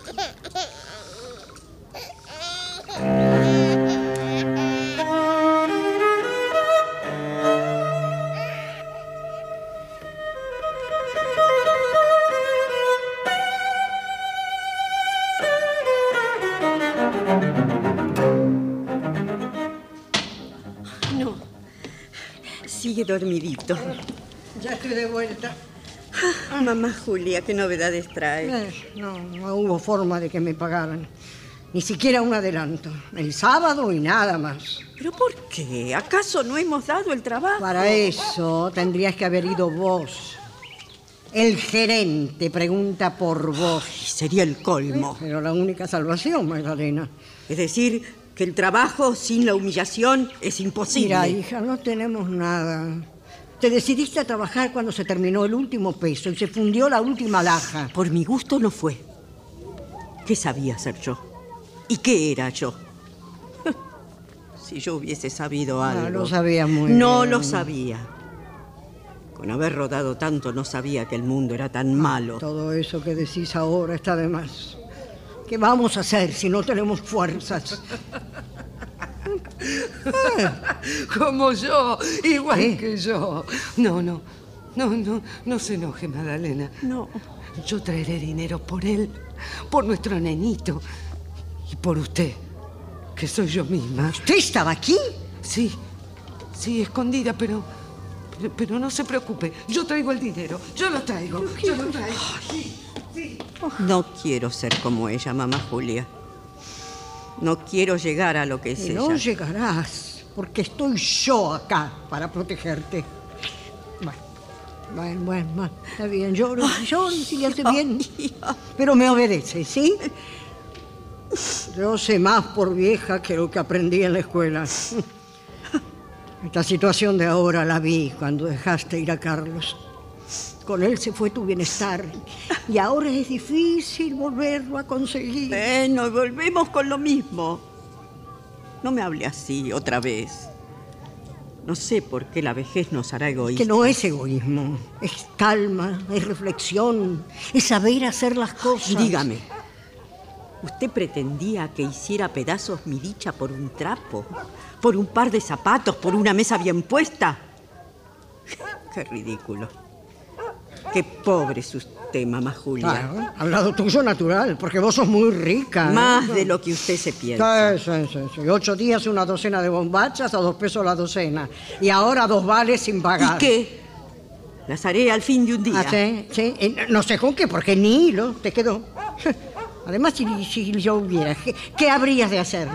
No. Sigue dormidito. Ya estoy de vuelta. Mamá Julia, ¿qué novedades trae? No hubo forma de que me pagaran. Ni siquiera un adelanto. El sábado y nada más. ¿Pero por qué? ¿Acaso no hemos dado el trabajo? Para eso tendrías que haber ido vos. El gerente pregunta por vos. Sería el colmo. Pero la única salvación, Magdalena. Es decir, que el trabajo sin la humillación es imposible. Mira, hija, no tenemos nada. Te decidiste a trabajar cuando se terminó el último peso y se fundió la última laja. Por mi gusto no fue. ¿Qué sabía hacer yo? ¿Y qué era yo? Si yo hubiese sabido algo... No lo sabía muy bien. No lo sabía. Con haber rodado tanto no sabía que el mundo era tan malo. Todo eso que decís ahora está de más. ¿Qué vamos a hacer si no tenemos fuerzas? Como yo, igual que yo. No se enoje, Magdalena. No. Yo traeré dinero por él, por nuestro nenito y por usted, que soy yo misma. ¿Usted estaba aquí? Sí, escondida, pero no se preocupe. Yo traigo el dinero, yo lo traigo. Sí. No quiero ser como ella, mamá Julia. No quiero llegar a lo que es ella. No llegarás, porque estoy yo acá para protegerte. Bueno, está bien, lloro si le hace bien. Pero me obedece, ¿sí? Yo sé más por vieja que lo que aprendí en la escuela. Esta situación de ahora la vi cuando dejaste ir a Carlos. Con él se fue tu bienestar y ahora es difícil volverlo a conseguir. Bueno, volvemos con lo mismo. No me hable así otra vez. No sé por qué la vejez nos hará egoístas. Que no es egoísmo, es calma, es reflexión, es saber hacer las cosas. Dígame, ¿usted pretendía que hiciera pedazos mi dicha por un trapo? ¿Por un par de zapatos? ¿Por una mesa bien puesta? Qué ridículo. Qué pobre es usted, mamá Julia. Claro, al lado tuyo natural, porque vos sos muy rica. Más de lo que usted se piensa. Sí. 8 días, una docena de bombachas a 2 pesos la docena. Y ahora 2 vales sin pagar. ¿Y qué? Las haré al fin de un día. Ah, sí. No sé con qué, porque ni hilo te quedó. Además, si yo hubiera, ¿qué habrías de hacer?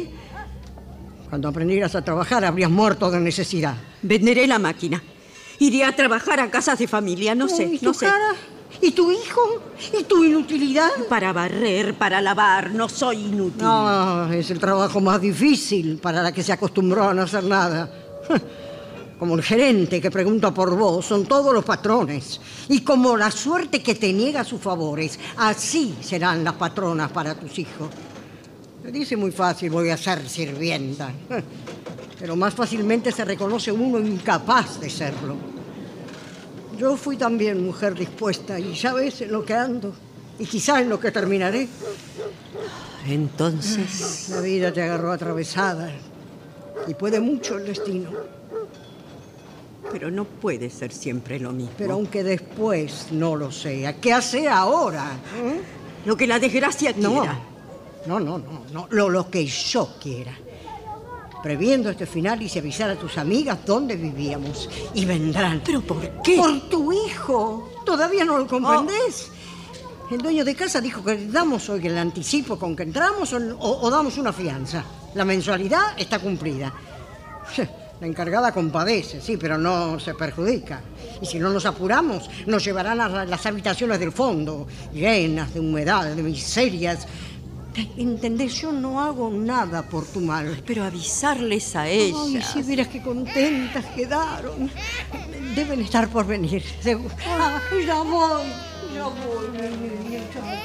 Cuando aprendieras a trabajar, habrías muerto de necesidad. Venderé la máquina. Iré a trabajar a casas de familia, no sé. ¿Y tu cara? ¿Y tu hijo? ¿Y tu inutilidad? Para barrer, para lavar, no soy inútil. No, es el trabajo más difícil para la que se acostumbró a no hacer nada. Como el gerente que pregunta por vos, son todos los patrones. Y como la suerte que te niega sus favores, así serán las patronas para tus hijos. Se dice muy fácil, voy a ser sirvienta. Pero más fácilmente se reconoce uno incapaz de serlo. Yo fui también mujer dispuesta y ya ves en lo que ando y quizá en lo que terminaré. Entonces... La vida te agarró atravesada y puede mucho el destino. Pero no puede ser siempre lo mismo. Pero aunque después no lo sea, ¿qué hace ahora? Lo que la desgracia quiera. No. Lo que yo quiera. Previendo este final y avisar a tus amigas dónde vivíamos. Y vendrán. ¿Pero por qué? Por tu hijo. ¿Todavía no lo comprendés? El dueño de casa dijo que damos hoy el anticipo con que entramos o damos una fianza. La mensualidad está cumplida. La encargada compadece, sí, pero no se perjudica. Y si no nos apuramos, nos llevarán a las habitaciones del fondo, llenas de humedad, de miserias. ¿Entendés? Yo no hago nada por tu mal. Pero avisarles a ellas. Ay, si vieras qué contentas quedaron. Deben estar por venir, seguro. Ay, ya voy, mi niña.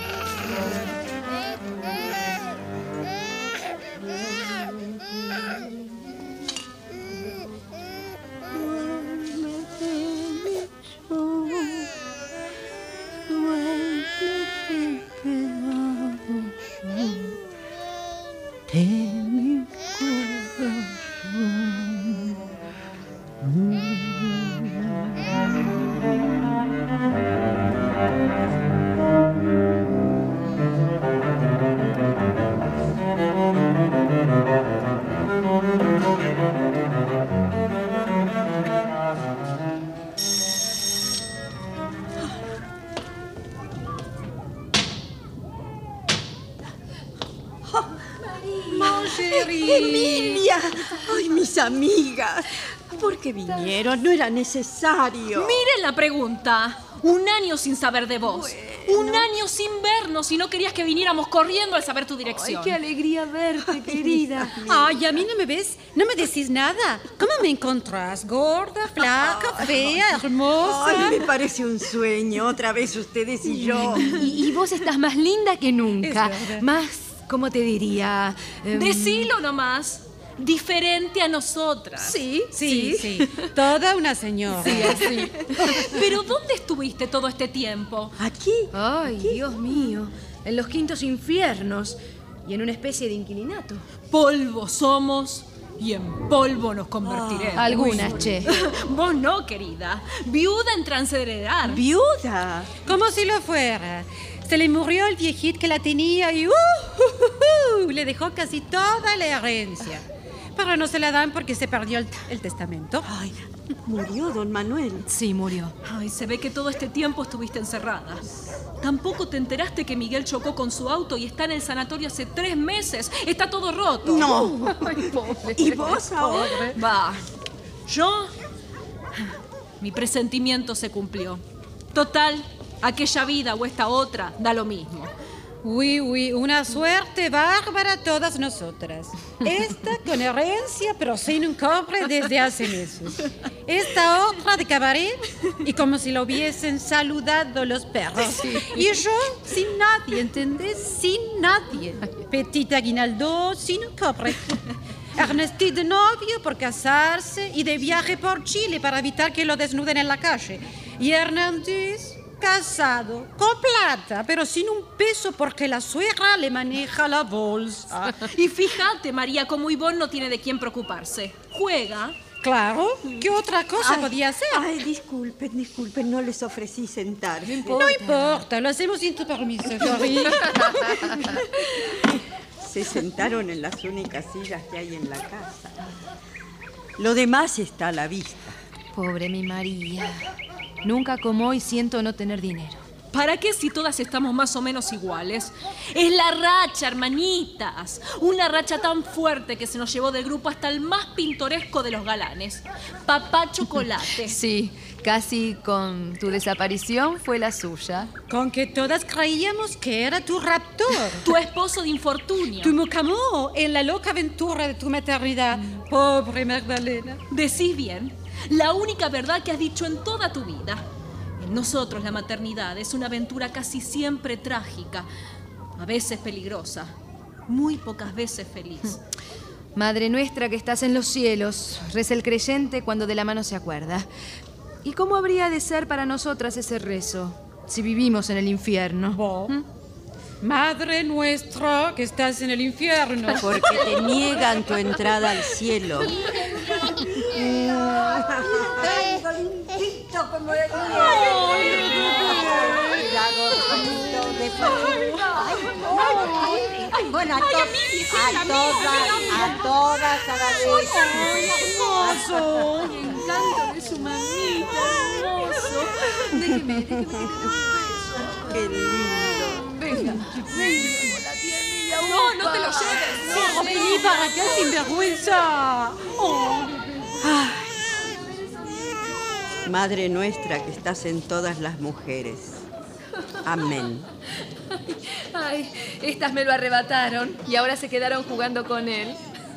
¡Emilia! ¡Ay, mis amigas! ¿Por qué vinieron? No era necesario. Miren la pregunta. 1 año sin saber de vos. Bueno. 1 año sin vernos y no querías que viniéramos corriendo al saber tu dirección. Ay, qué alegría verte, querida. Ay, ¿a mí no me ves? ¿No me decís nada? ¿Cómo me encontrás? ¿Gorda, flaca, fea, hermosa? Ay, me parece un sueño. Otra vez ustedes y yo. Y vos estás más linda que nunca. Más, ¿cómo te diría? Decilo nomás. Diferente a nosotras. Sí. Toda una señora. Sí, así. Pero ¿dónde estuviste todo este tiempo? ¿Aquí? Ay, ¿aquí? Dios mío. En los quintos infiernos y en una especie de inquilinato. Polvo somos y en polvo nos convertiremos. Algunas, che. Vos no, querida. Viuda en trance de heredar. ¿Viuda? Como si lo fuera. Se le murió el viejito que la tenía y le dejó casi toda la herencia. Pero no se la dan porque se perdió el testamento. Ay, ¿murió don Manuel? Sí, murió. Ay, se ve que todo este tiempo estuviste encerrada. ¿Tampoco te enteraste que Miguel chocó con su auto y está en el sanatorio hace 3 meses? Está todo roto. No. Ay, pobre. ¿Y vos ahora? Va. Yo... Mi presentimiento se cumplió. Total, aquella vida o esta otra da lo mismo. Uy, una suerte bárbara a todas nosotras. Esta con herencia, pero sin un cobre desde hace meses. Esta otra de cabaret y como si lo hubiesen saludado los perros. Sí. Y yo sin nadie, ¿entendés? Sin nadie. Petit aguinaldo, sin un cobre. Ernestí de novio por casarse y de viaje por Chile para evitar que lo desnuden en la calle. Y Hernández, casado, con plata, pero sin un peso porque la suegra le maneja la bolsa. Y fíjate, María, como Ivonne no tiene de quién preocuparse. Juega. Claro, ¿qué otra cosa podía hacer? Ay, disculpen, no les ofrecí sentar. No importa, lo hacemos sin tu permiso, Flori. Se sentaron en las únicas sillas que hay en la casa. Lo demás está a la vista. Pobre mi María. Nunca como hoy siento no tener dinero. ¿Para qué si todas estamos más o menos iguales? Es la racha, hermanitas. Una racha tan fuerte que se nos llevó del grupo hasta el más pintoresco de los galanes. Papá Chocolate. Sí, casi con tu desaparición fue la suya. Con que todas creíamos que era tu raptor. Tu esposo de infortunio. Tu mucamó en la loca aventura de tu maternidad. Pobre Magdalena. Decís bien. La única verdad que has dicho en toda tu vida. En nosotros la maternidad es una aventura casi siempre trágica, a veces peligrosa, muy pocas veces feliz. Madre nuestra que estás en los cielos, reza el creyente cuando de la mano se acuerda. ¿Y cómo habría de ser para nosotras ese rezo si vivimos en el infierno? Madre nuestra que estás en el infierno. Porque te niegan tu entrada al cielo. Tengo limpito como el bueno, a todas a la vez. ¡Hermoso! ¡El encanto de su mamita! ¡Hermoso! Déjeme que me dé un beso. ¡Qué lindo! Venga, la tía Emilia. No te lo lleves. No, vení para acá sin vergüenza. Madre nuestra que estás en todas las mujeres. Amén. Ay, estas me lo arrebataron y ahora se quedaron jugando con él.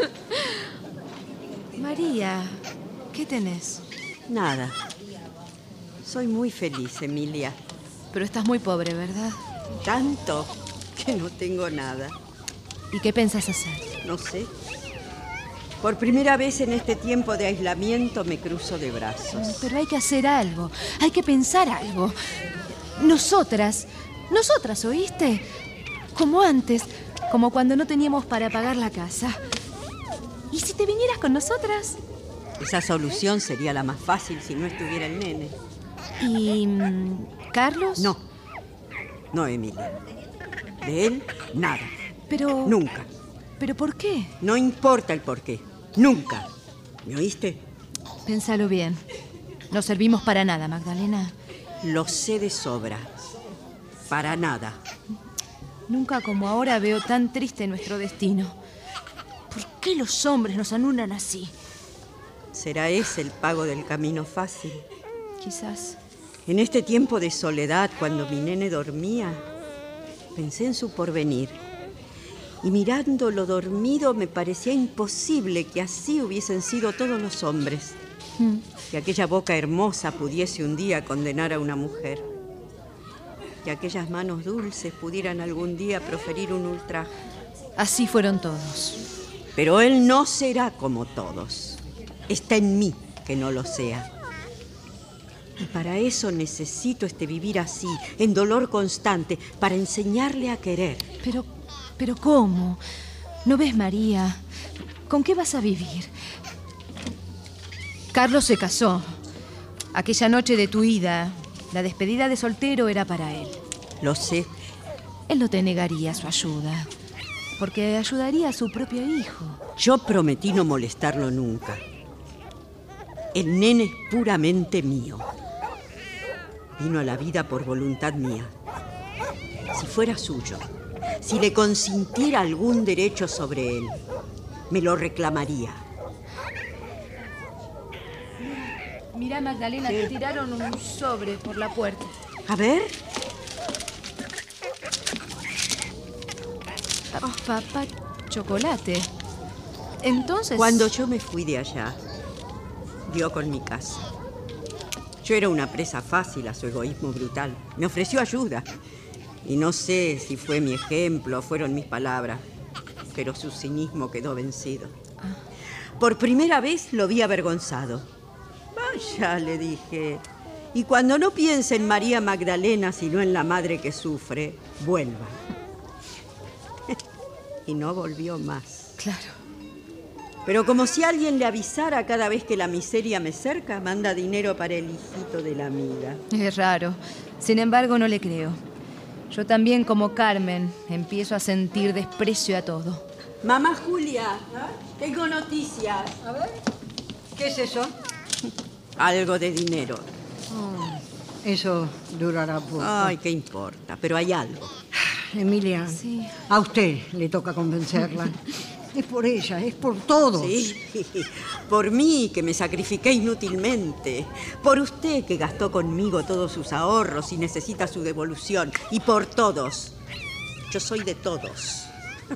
María, ¿qué tenés? Nada. Soy muy feliz, Emilia. Pero estás muy pobre, ¿verdad? Tanto que no tengo nada. ¿Y qué pensás hacer? No sé. Por primera vez en este tiempo de aislamiento me cruzo de brazos. Pero hay que hacer algo, hay que pensar algo. Nosotras, ¿oíste? Como antes, como cuando no teníamos para pagar la casa. ¿Y si te vinieras con nosotras? Esa solución sería la más fácil si no estuviera el nene. ¿Y Carlos? No, Emilia. De él, nada. Pero... Nunca. ¿Pero por qué? No importa el por qué. Nunca. ¿Me oíste? Pénsalo bien. No servimos para nada, Magdalena. Lo sé de sobra. Para nada. Nunca como ahora veo tan triste nuestro destino. ¿Por qué los hombres nos anulan así? ¿Será ese el pago del camino fácil? Quizás. En este tiempo de soledad, cuando mi nene dormía, pensé en su porvenir. Y mirándolo dormido me parecía imposible que así hubiesen sido todos los hombres. Que aquella boca hermosa pudiese un día condenar a una mujer. Que aquellas manos dulces pudieran algún día proferir un ultraje. Así fueron todos. Pero él no será como todos. Está en mí que no lo sea. Y para eso necesito vivir así, en dolor constante, para enseñarle a querer. ¿Pero cómo? ¿No ves, María? ¿Con qué vas a vivir? Carlos se casó. Aquella noche de tu ida, la despedida de soltero era para él. Lo sé. Él no te negaría su ayuda, porque ayudaría a su propio hijo. Yo prometí no molestarlo nunca. El nene es puramente mío. Vino a la vida por voluntad mía. Si fuera suyo, si le consintiera algún derecho sobre él, me lo reclamaría. Mira, Magdalena, te tiraron un sobre por la puerta. A ver. Papá Chocolate. Entonces... Cuando yo me fui de allá, dio con mi casa. Yo era una presa fácil a su egoísmo brutal. Me ofreció ayuda. Y no sé si fue mi ejemplo o fueron mis palabras, pero su cinismo quedó vencido. Por primera vez lo vi avergonzado. Vaya, le dije. Y cuando no piense en María Magdalena, sino en la madre que sufre, vuelva. Y no volvió más. Claro. Pero como si alguien le avisara cada vez que la miseria me cerca, manda dinero para el hijito de la amiga. Es raro. Sin embargo, no le creo. Yo también, como Carmen, empiezo a sentir desprecio a todo. Mamá Julia, tengo noticias. A ver, ¿qué es eso? Algo de dinero. Eso durará poco. Ay, ¿qué importa? Pero hay algo. Emilia, Sí. a usted le toca convencerla. Es por ella, es por todos. Sí, por mí, que me sacrifiqué inútilmente. Por usted, que gastó conmigo todos sus ahorros y necesita su devolución. Y por todos. Yo soy de todos.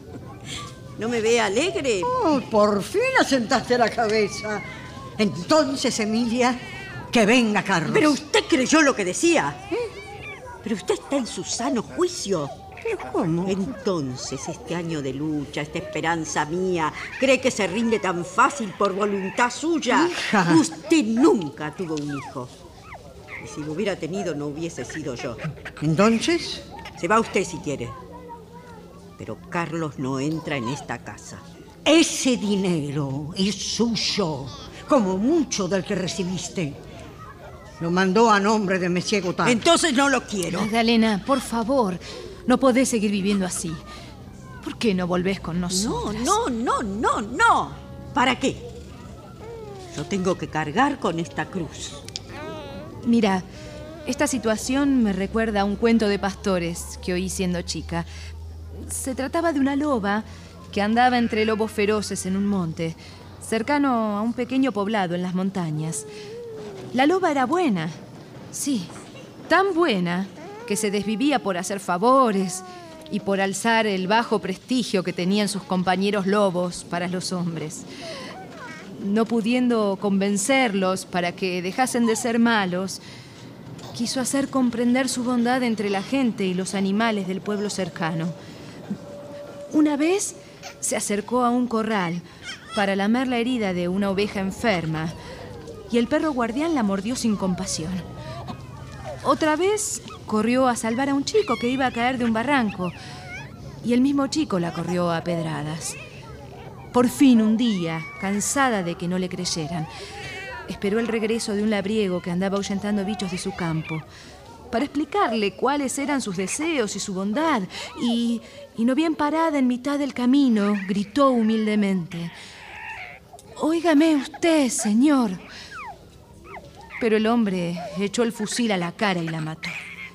¿No me ve alegre? Oh, por fin asentaste la cabeza. Entonces, Emilia, que venga Carlos. Pero usted creyó lo que decía. Pero usted está en su sano juicio. ¿Pero cómo? Entonces, este año de lucha, esta esperanza mía, ¿cree que se rinde tan fácil por voluntad suya? Hija. Usted nunca tuvo un hijo. Y si lo hubiera tenido, no hubiese sido yo. ¿Entonces? Se va usted si quiere. Pero Carlos no entra en esta casa. Ese dinero es suyo, como mucho del que recibiste. Lo mandó a nombre de Monsieur Gautard. Entonces no lo quiero. Magdalena, por favor, no podés seguir viviendo así. ¿Por qué no volvés con nosotros? No. ¿Para qué? Yo tengo que cargar con esta cruz. Mira, esta situación me recuerda a un cuento de pastores que oí siendo chica. Se trataba de una loba que andaba entre lobos feroces en un monte, cercano a un pequeño poblado en las montañas. La loba era buena, sí, tan buena que se desvivía por hacer favores y por alzar el bajo prestigio que tenían sus compañeros lobos para los hombres. No pudiendo convencerlos para que dejasen de ser malos, quiso hacer comprender su bondad entre la gente y los animales del pueblo cercano. Una vez se acercó a un corral para lamer la herida de una oveja enferma y el perro guardián la mordió sin compasión. Otra vez corrió a salvar a un chico que iba a caer de un barranco y el mismo chico la corrió a pedradas. Por fin, un día, cansada de que no le creyeran, esperó el regreso de un labriego que andaba ahuyentando bichos de su campo para explicarle cuáles eran sus deseos y su bondad. Y no bien parada en mitad del camino, gritó humildemente: «Óigame usted, señor». Pero el hombre echó el fusil a la cara y la mató.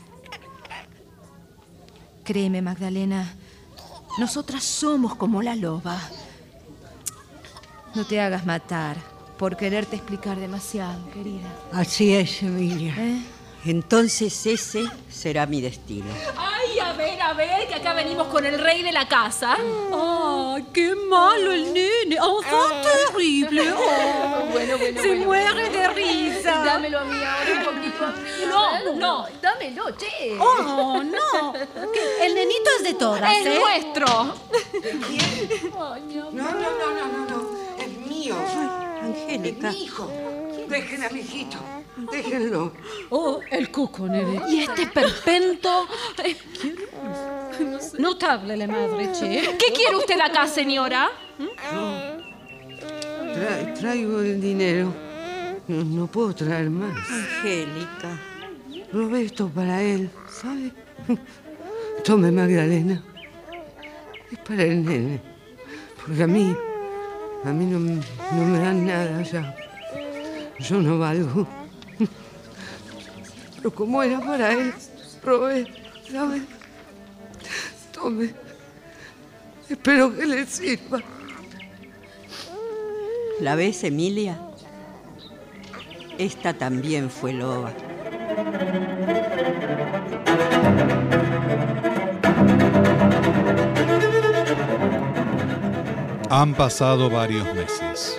Créeme, Magdalena, nosotras somos como la loba. No te hagas matar por quererte explicar demasiado, querida. Así es, Emilia. Entonces ese será mi destino. Ay, a ver, que acá venimos con el rey de la casa. ¡Ay, qué malo el nene! ¡Enfant terrible! Oh, Bueno. Se muere de risa. Dámelo a mí ahora un poquito a mí. No. Dámelo, che. Oh, no. El nenito es de todas, Es nuestro. No. Es mío. Angélica. Es mi hijo. Dejen a mi hijito. Déjenlo. Oh, el cuco, nene. Y este perpento. Notable la madre, che. ¿Qué quiere usted acá, señora? Traigo el dinero. No puedo traer más. Angélica. Robé esto para él, ¿sabe? Tome, Magdalena. Es para el nene. Porque a mí no me dan nada ya. Yo no valgo. Pero como era para él, robé, ¿sabe? Tome. Espero que le sirva. ¿La ves, Emilia? Esta también fue loba. Han pasado varios meses.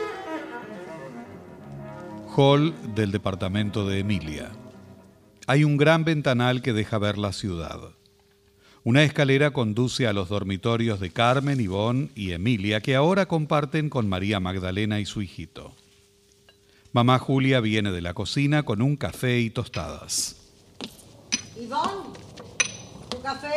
Hall del departamento de Emilia. Hay un gran ventanal que deja ver la ciudad. Una escalera conduce a los dormitorios de Carmen, Ivonne y Emilia, que ahora comparten con María Magdalena y su hijito. Mamá Julia viene de la cocina con un café y tostadas. Ivonne, ¿tu café?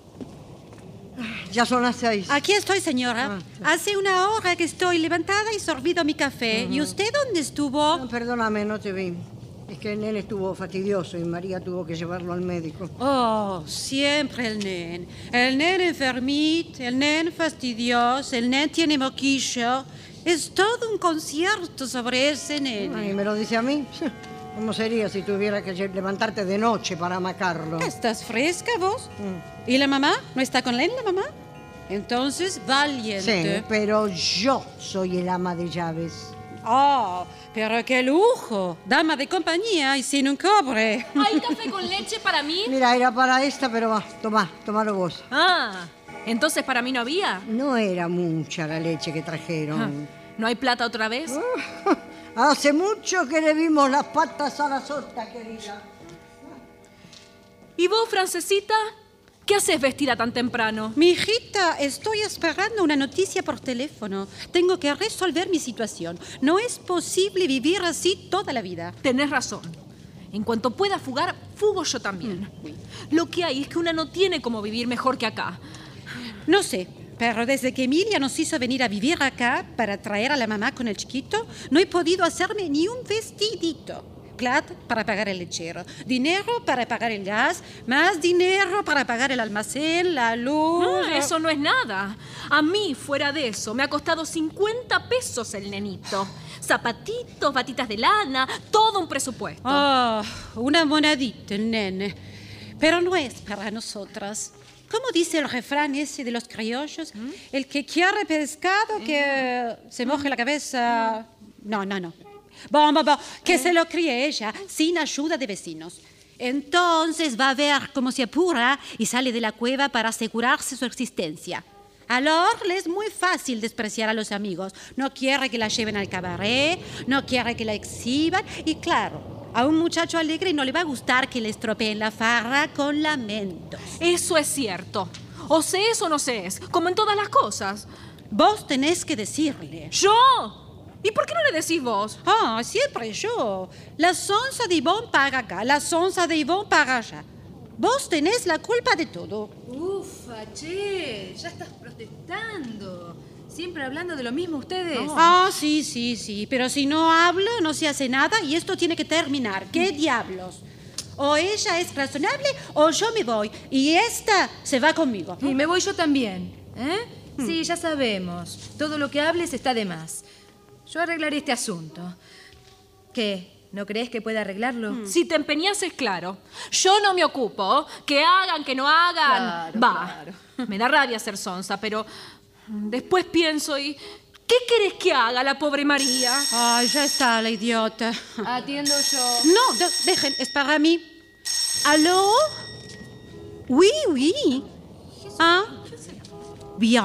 Ya son las 6. Aquí estoy, señora. Hace una hora que estoy levantada y sorbido mi café. ¿Y usted dónde estuvo? No, perdóname, no te vi. Es que el nene estuvo fastidioso y María tuvo que llevarlo al médico. Oh, siempre el nen. El nen enfermito, el nen fastidioso, el nen tiene moquillo. Es todo un concierto sobre ese nene. ¿Y me lo dice a mí? ¿Cómo sería si tuviera que levantarte de noche para amacarlo? ¿Estás fresca vos? ¿Y la mamá? ¿No está con él la mamá? Entonces, valiente. Sí, pero yo soy el ama de llaves. Oh, pero qué lujo. Dama de compañía y sin un cobre. ¿Hay café con leche para mí? Mira, era para esta, pero va, tomalo vos. Ah, ¿entonces para mí no había? No era mucha la leche que trajeron. ¿No hay plata otra vez? Hace mucho que le vimos las patas a la sota, querida. ¿Y vos, Francesita? ¿Qué haces vestida tan temprano? Mi hijita, estoy esperando una noticia por teléfono. Tengo que resolver mi situación. No es posible vivir así toda la vida. Tenés razón. En cuanto pueda fugar, fugo yo también. Lo que hay es que una no tiene cómo vivir mejor que acá. No sé, pero desde que Emilia nos hizo venir a vivir acá para traer a la mamá con el chiquito, no he podido hacerme ni un vestidito. Plata para pagar el lechero, dinero para pagar el gas, más dinero para pagar el almacén, la luz... Eso no es nada. A mí, fuera de eso, me ha costado 50 pesos el nenito. Zapatitos, batitas de lana, todo un presupuesto. Oh, una monadita, el nene. Pero no es para nosotras. ¿Cómo dice el refrán ese de los criollos? El que quiere pescado, que se moje la cabeza... No. Bon, que se lo críe ella, sin ayuda de vecinos. Entonces va a ver cómo se apura y sale de la cueva para asegurarse su existencia. A Lor le es muy fácil despreciar a los amigos. No quiere que la lleven al cabaret, no quiere que la exhiban. Y claro, a un muchacho alegre no le va a gustar que le estropeen la farra con lamentos. Eso es cierto. O se es o no se es, como en todas las cosas. Vos tenés que decirle. ¿Yo? ¿Y por qué no le decís vos? Ah, siempre yo. La sonza de Ivonne paga acá, la sonza de Ivonne paga allá. Vos tenés la culpa de todo. Ufa, che, ya estás protestando. Siempre hablando de lo mismo ustedes. No. Ah, sí. Pero si no hablo, no se hace nada y esto tiene que terminar. ¿Qué diablos? O ella es razonable o yo me voy. Y esta se va conmigo. Y me voy yo también, ¿eh? Sí, ya sabemos. Todo lo que hables está de más. Yo arreglaré este asunto. ¿Qué? ¿No crees que pueda arreglarlo? Si te empeñas es claro. Yo no me ocupo. Que hagan, que no hagan. Claro. Me da rabia ser sonsa, pero después pienso y... ¿Qué querés que haga la pobre María? Ay, ya está la idiota. Atiendo yo. No, dejen, es para mí. ¿Aló? Oui. Ah, bien.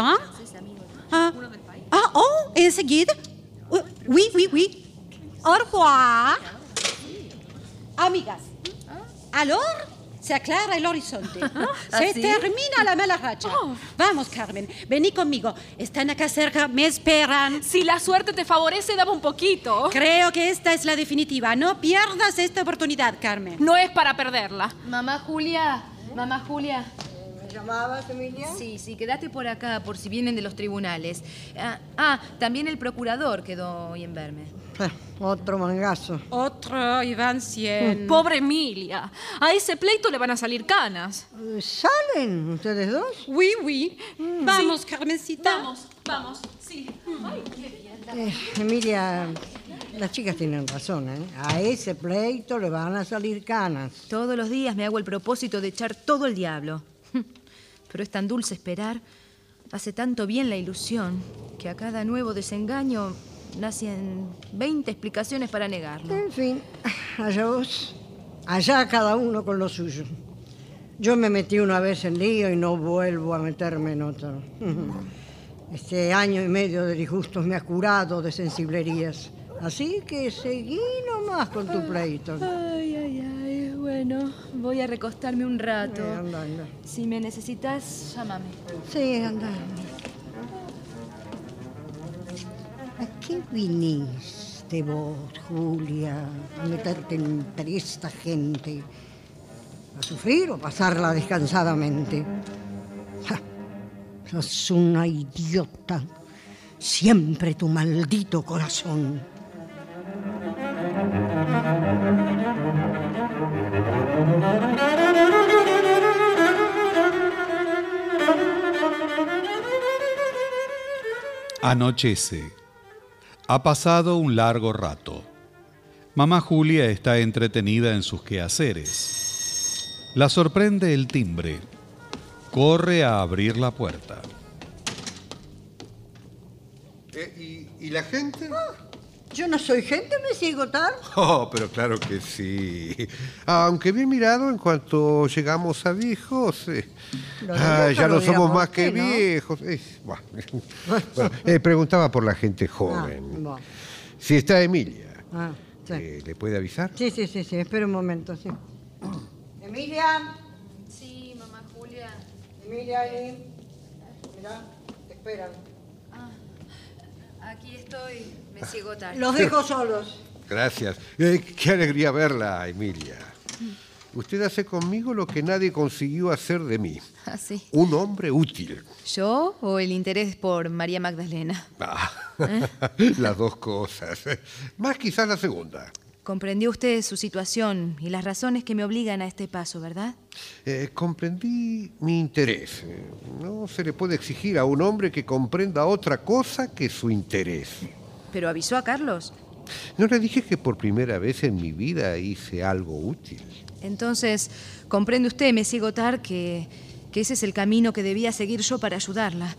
Enseguida. Oui. Au revoir. Amigas, ¿aló? Se aclara el horizonte. Se termina la mala racha. Vamos, Carmen, vení conmigo. Están acá cerca, me esperan. Si la suerte te favorece, dame un poquito. Creo que esta es la definitiva. No pierdas esta oportunidad, Carmen. No es para perderla. Mamá Julia. ¿Me llamabas, Emilia? Sí, quédate por acá, por si vienen de los tribunales. También el procurador quedó hoy en verme. Otro mangazo. Otro, y van 100. Pobre Emilia. A ese pleito le van a salir canas. ¿Salen ustedes dos? Oui. Vamos, sí. Carmencita. Vamos, sí. Ay, qué bien. Emilia, las chicas tienen razón, ¿eh? A ese pleito le van a salir canas. Todos los días me hago el propósito de echar todo el diablo. Pero es tan dulce esperar. Hace tanto bien la ilusión que a cada nuevo desengaño nacen 20 explicaciones para negarlo. En fin, allá vos. Allá cada uno con lo suyo. Yo me metí una vez en lío y no vuelvo a meterme en otro. Este año y medio de disgustos me ha curado de sensiblerías. Así que seguí nomás con tu pleito. Ay. Bueno, voy a recostarme un rato. Anda. Si me necesitas, llámame. Sí, anda. ¿A qué viniste vos, Julia, a meterte entre esta gente? ¿A sufrir o pasarla descansadamente? Ja, sos una idiota. Siempre tu maldito corazón. Anochece. Ha pasado un largo rato. Mamá Julia está entretenida en sus quehaceres. La sorprende el timbre. Corre a abrir la puerta. ¿Y la gente? Yo no soy gente, Monsieur Godard. Oh, pero claro que sí. Aunque bien mirado, en cuanto llegamos a viejos, ya no somos más que viejos. Bueno, preguntaba por la gente joven. Bueno. Si está Emilia, Sí. ¿le puede avisar? Sí, espera un momento, sí. Emilia. Sí, mamá Julia. Emilia, ahí. Mirá, te esperan. Aquí estoy, Monsieur Godard. Los dejo solos. Gracias. Qué alegría verla, Emilia. Usted hace conmigo lo que nadie consiguió hacer de mí. Ah, sí. Un hombre útil. ¿Yo o el interés por María Magdalena? Las dos cosas. Más quizás la segunda. Comprendió usted su situación y las razones que me obligan a este paso, ¿verdad? Comprendí mi interés. No se le puede exigir a un hombre que comprenda otra cosa que su interés. ¿Pero avisó a Carlos? ¿No le dije que por primera vez en mi vida hice algo útil? Entonces, comprende usted, Monsieur Godard, que ese es el camino que debía seguir yo para ayudarla.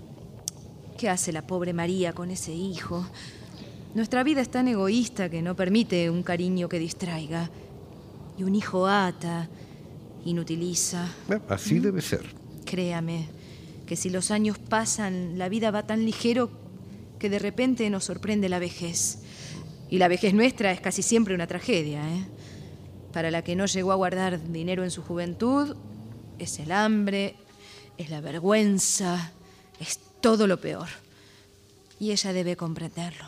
¿Qué hace la pobre María con ese hijo? Nuestra vida es tan egoísta que no permite un cariño que distraiga. Y un hijo ata, inutiliza. Así debe ser. Créame, que si los años pasan, la vida va tan ligero que de repente nos sorprende la vejez. Y la vejez nuestra es casi siempre una tragedia, ¿eh? Para la que no llegó a guardar dinero en su juventud, es el hambre, es la vergüenza, es todo lo peor. Y ella debe comprenderlo.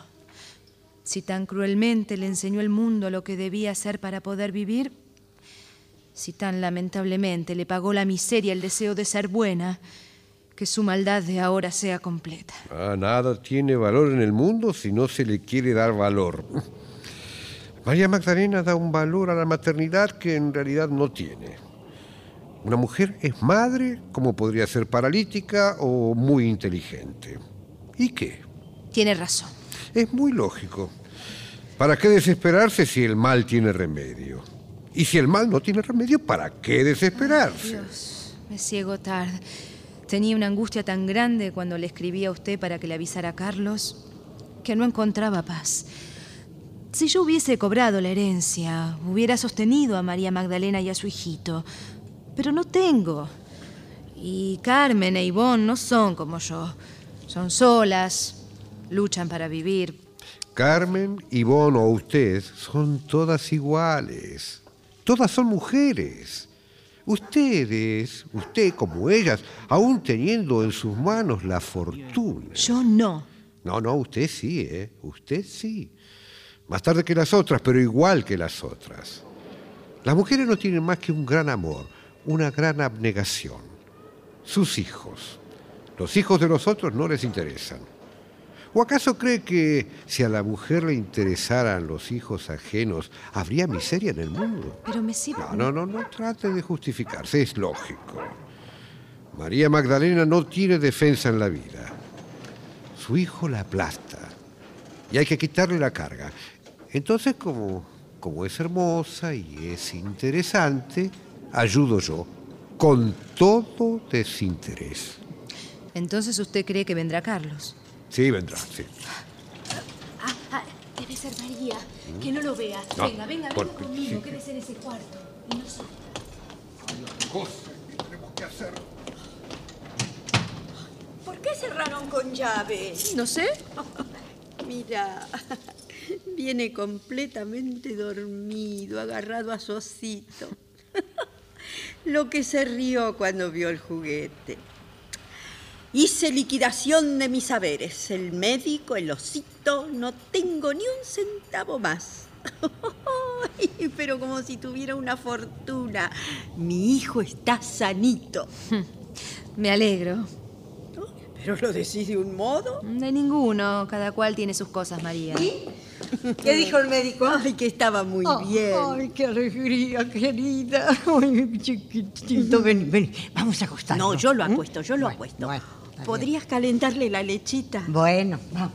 Si tan cruelmente le enseñó el mundo lo que debía hacer para poder vivir, si tan lamentablemente le pagó la miseria el deseo de ser buena, que su maldad de ahora sea completa. Nada tiene valor en el mundo si no se le quiere dar valor. María Magdalena da un valor a la maternidad que en realidad no tiene. Una mujer es madre, como podría ser paralítica o muy inteligente. ¿Y qué? Tiene razón. Es muy lógico. ¿Para qué desesperarse si el mal tiene remedio? Y si el mal no tiene remedio, ¿para qué desesperarse? Dios, Monsieur Godard, tenía una angustia tan grande cuando le escribí a usted para que le avisara a Carlos que no encontraba paz. Si yo hubiese cobrado la herencia, hubiera sostenido a María Magdalena y a su hijito. Pero no tengo. Y Carmen e Ivonne no son como yo. Son solas, luchan para vivir. Carmen, Ivonne o usted son todas iguales. Todas son mujeres. Usted como ellas, aún teniendo en sus manos la fortuna. Yo no. No, usted sí, ¿eh? Usted sí. Más tarde que las otras, pero igual que las otras. Las mujeres no tienen más que un gran amor, una gran abnegación. Sus hijos. Los hijos de los otros no les interesan. ¿O acaso cree que si a la mujer le interesaran los hijos ajenos, habría miseria en el mundo? Pero me sirve. No trate de justificarse, es lógico. María Magdalena no tiene defensa en la vida. Su hijo la aplasta y hay que quitarle la carga. Entonces, como es hermosa y es interesante, ayudo yo, con todo desinterés. Entonces usted cree que vendrá Carlos. Sí, vendrá, sí. Debe ser María. Que no lo vea. No, Venga conmigo. Quédese en ese cuarto. Y no salga. Hay otra cosa que tenemos que hacer. ¿Por qué cerraron con llave? No sé. Mira, Viene completamente dormido, agarrado a su osito. Lo que se rió cuando vio el juguete. Hice liquidación de mis haberes. El médico, el osito, no tengo ni un centavo más. Pero como si tuviera una fortuna. Mi hijo está sanito. Me alegro. ¿Pero lo decís de un modo? De ninguno. Cada cual tiene sus cosas, María. ¿Y? ¿Qué dijo el médico? Ay, que estaba muy bien. Ay, qué alegría, querida. Ay, chiquitito, ven, vamos a acostarnos. No, yo lo acuesto, acuesto. Bueno, ¿podrías calentarle la lechita? Bueno, vamos.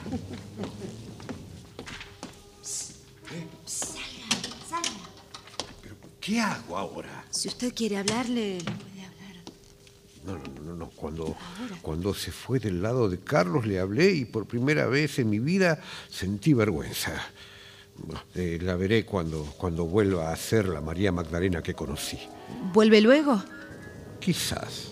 Salga. ¿Pero qué hago ahora? Si usted quiere hablarle, No. Cuando se fue del lado de Carlos le hablé y por primera vez en mi vida sentí vergüenza. La veré cuando vuelva a ser la María Magdalena que conocí. ¿vuelve luego? Quizás.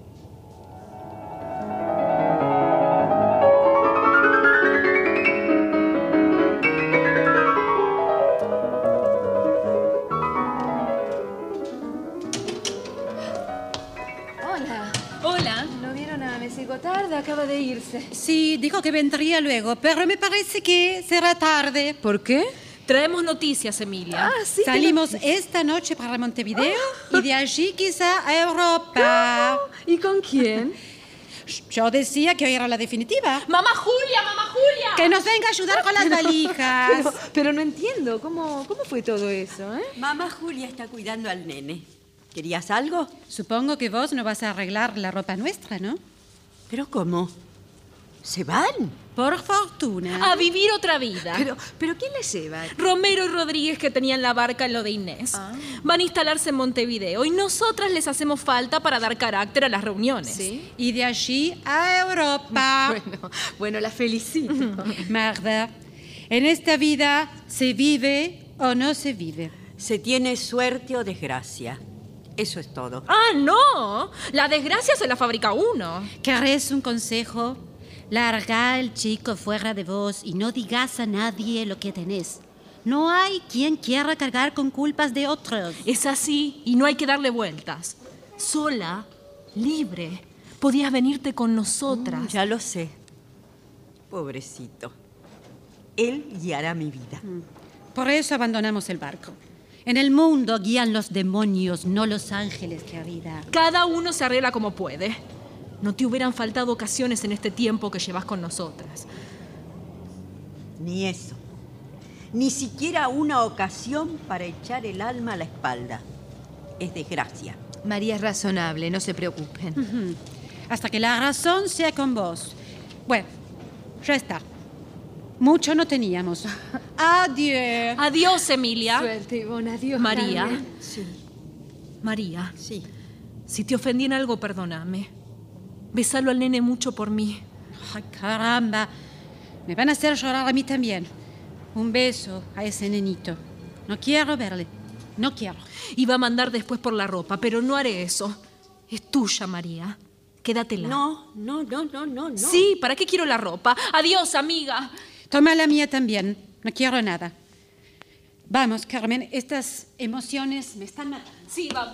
Hola. ¿No vieron a Messi Gotarda? Acaba de irse. Sí, dijo que vendría luego, pero me parece que será tarde. ¿Por qué? Traemos noticias, Emilia. Sí. Salimos esta noche para Montevideo y de allí quizá a Europa. ¿Y con quién? Yo decía que hoy era la definitiva. ¡Mamá Julia, mamá Julia! Que nos venga a ayudar con las valijas. Pero no entiendo. ¿Cómo fue todo eso, eh? Mamá Julia está cuidando al nene. ¿Querías algo? Supongo que vos no vas a arreglar la ropa nuestra, ¿no? ¿Pero cómo? ¿Se van? Por fortuna. A vivir otra vida. ¿Pero quién les lleva? Romero y Rodríguez, que tenían la barca en lo de Inés. Van a instalarse en Montevideo y nosotras les hacemos falta para dar carácter a las reuniones. ¿Sí? Y de allí a Europa. Bueno, la felicito. Magda, en esta vida se vive o no se vive. Se tiene suerte o desgracia. Eso es todo. ¡Ah, no! La desgracia se la fabrica uno. ¿Querés un consejo? Larga al chico fuera de vos y no digas a nadie lo que tenés. No hay quien quiera cargar con culpas de otros. Es así y no hay que darle vueltas. Sola, libre, podías venirte con nosotras. Ya lo sé. Pobrecito. Él guiará mi vida. Por eso abandonamos el barco. En el mundo guían los demonios, no los ángeles, querida. Cada uno se arregla como puede. No te hubieran faltado ocasiones en este tiempo que llevas con nosotras. Ni eso. Ni siquiera una ocasión para echar el alma a la espalda. Es desgracia. María es razonable, no se preocupen. Hasta que la razón sea con vos. Bueno, ya está. Mucho no teníamos. Adiós. Adiós, Emilia. Suerte, Ivonne. Adiós, María. Carmen. Sí. María. Sí. Si te ofendí en algo, perdóname. Besalo al nene mucho por mí. Ay, caramba. Me van a hacer llorar a mí también. Un beso a ese nenito. No quiero verle. No quiero. Iba a mandar después por la ropa, pero no haré eso. Es tuya, María. Quédatela. No. Sí, ¿para qué quiero la ropa? Adiós, amiga. Toma la mía también. No quiero nada. Vamos, Carmen. Estas emociones me están matando. Sí, vamos.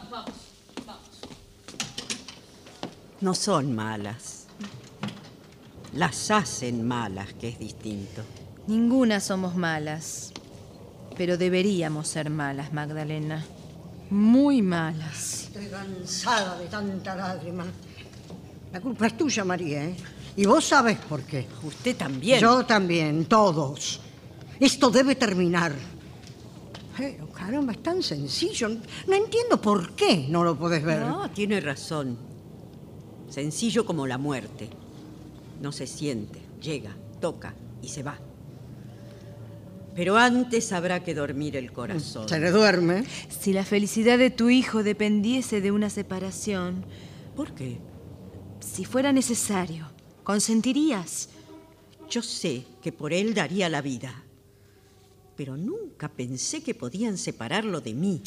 No son malas. Las hacen malas, que es distinto. Ninguna somos malas. Pero deberíamos ser malas, Magdalena. Muy malas. Estoy cansada de tanta lágrima. La culpa es tuya, María, ¿eh? Y vos sabés por qué. Usted también. Yo también, todos. Esto debe terminar. Pero, caramba, es tan sencillo. No entiendo por qué no lo podés ver. No, tiene razón. Sencillo como la muerte. No se siente, llega, toca y se va. Pero antes habrá que dormir el corazón. Se le duerme. Si la felicidad de tu hijo dependiese de una separación, ¿Por qué? si fuera necesario, ¿consentirías? Yo sé que por él daría la vida. Pero nunca pensé que podían separarlo de mí.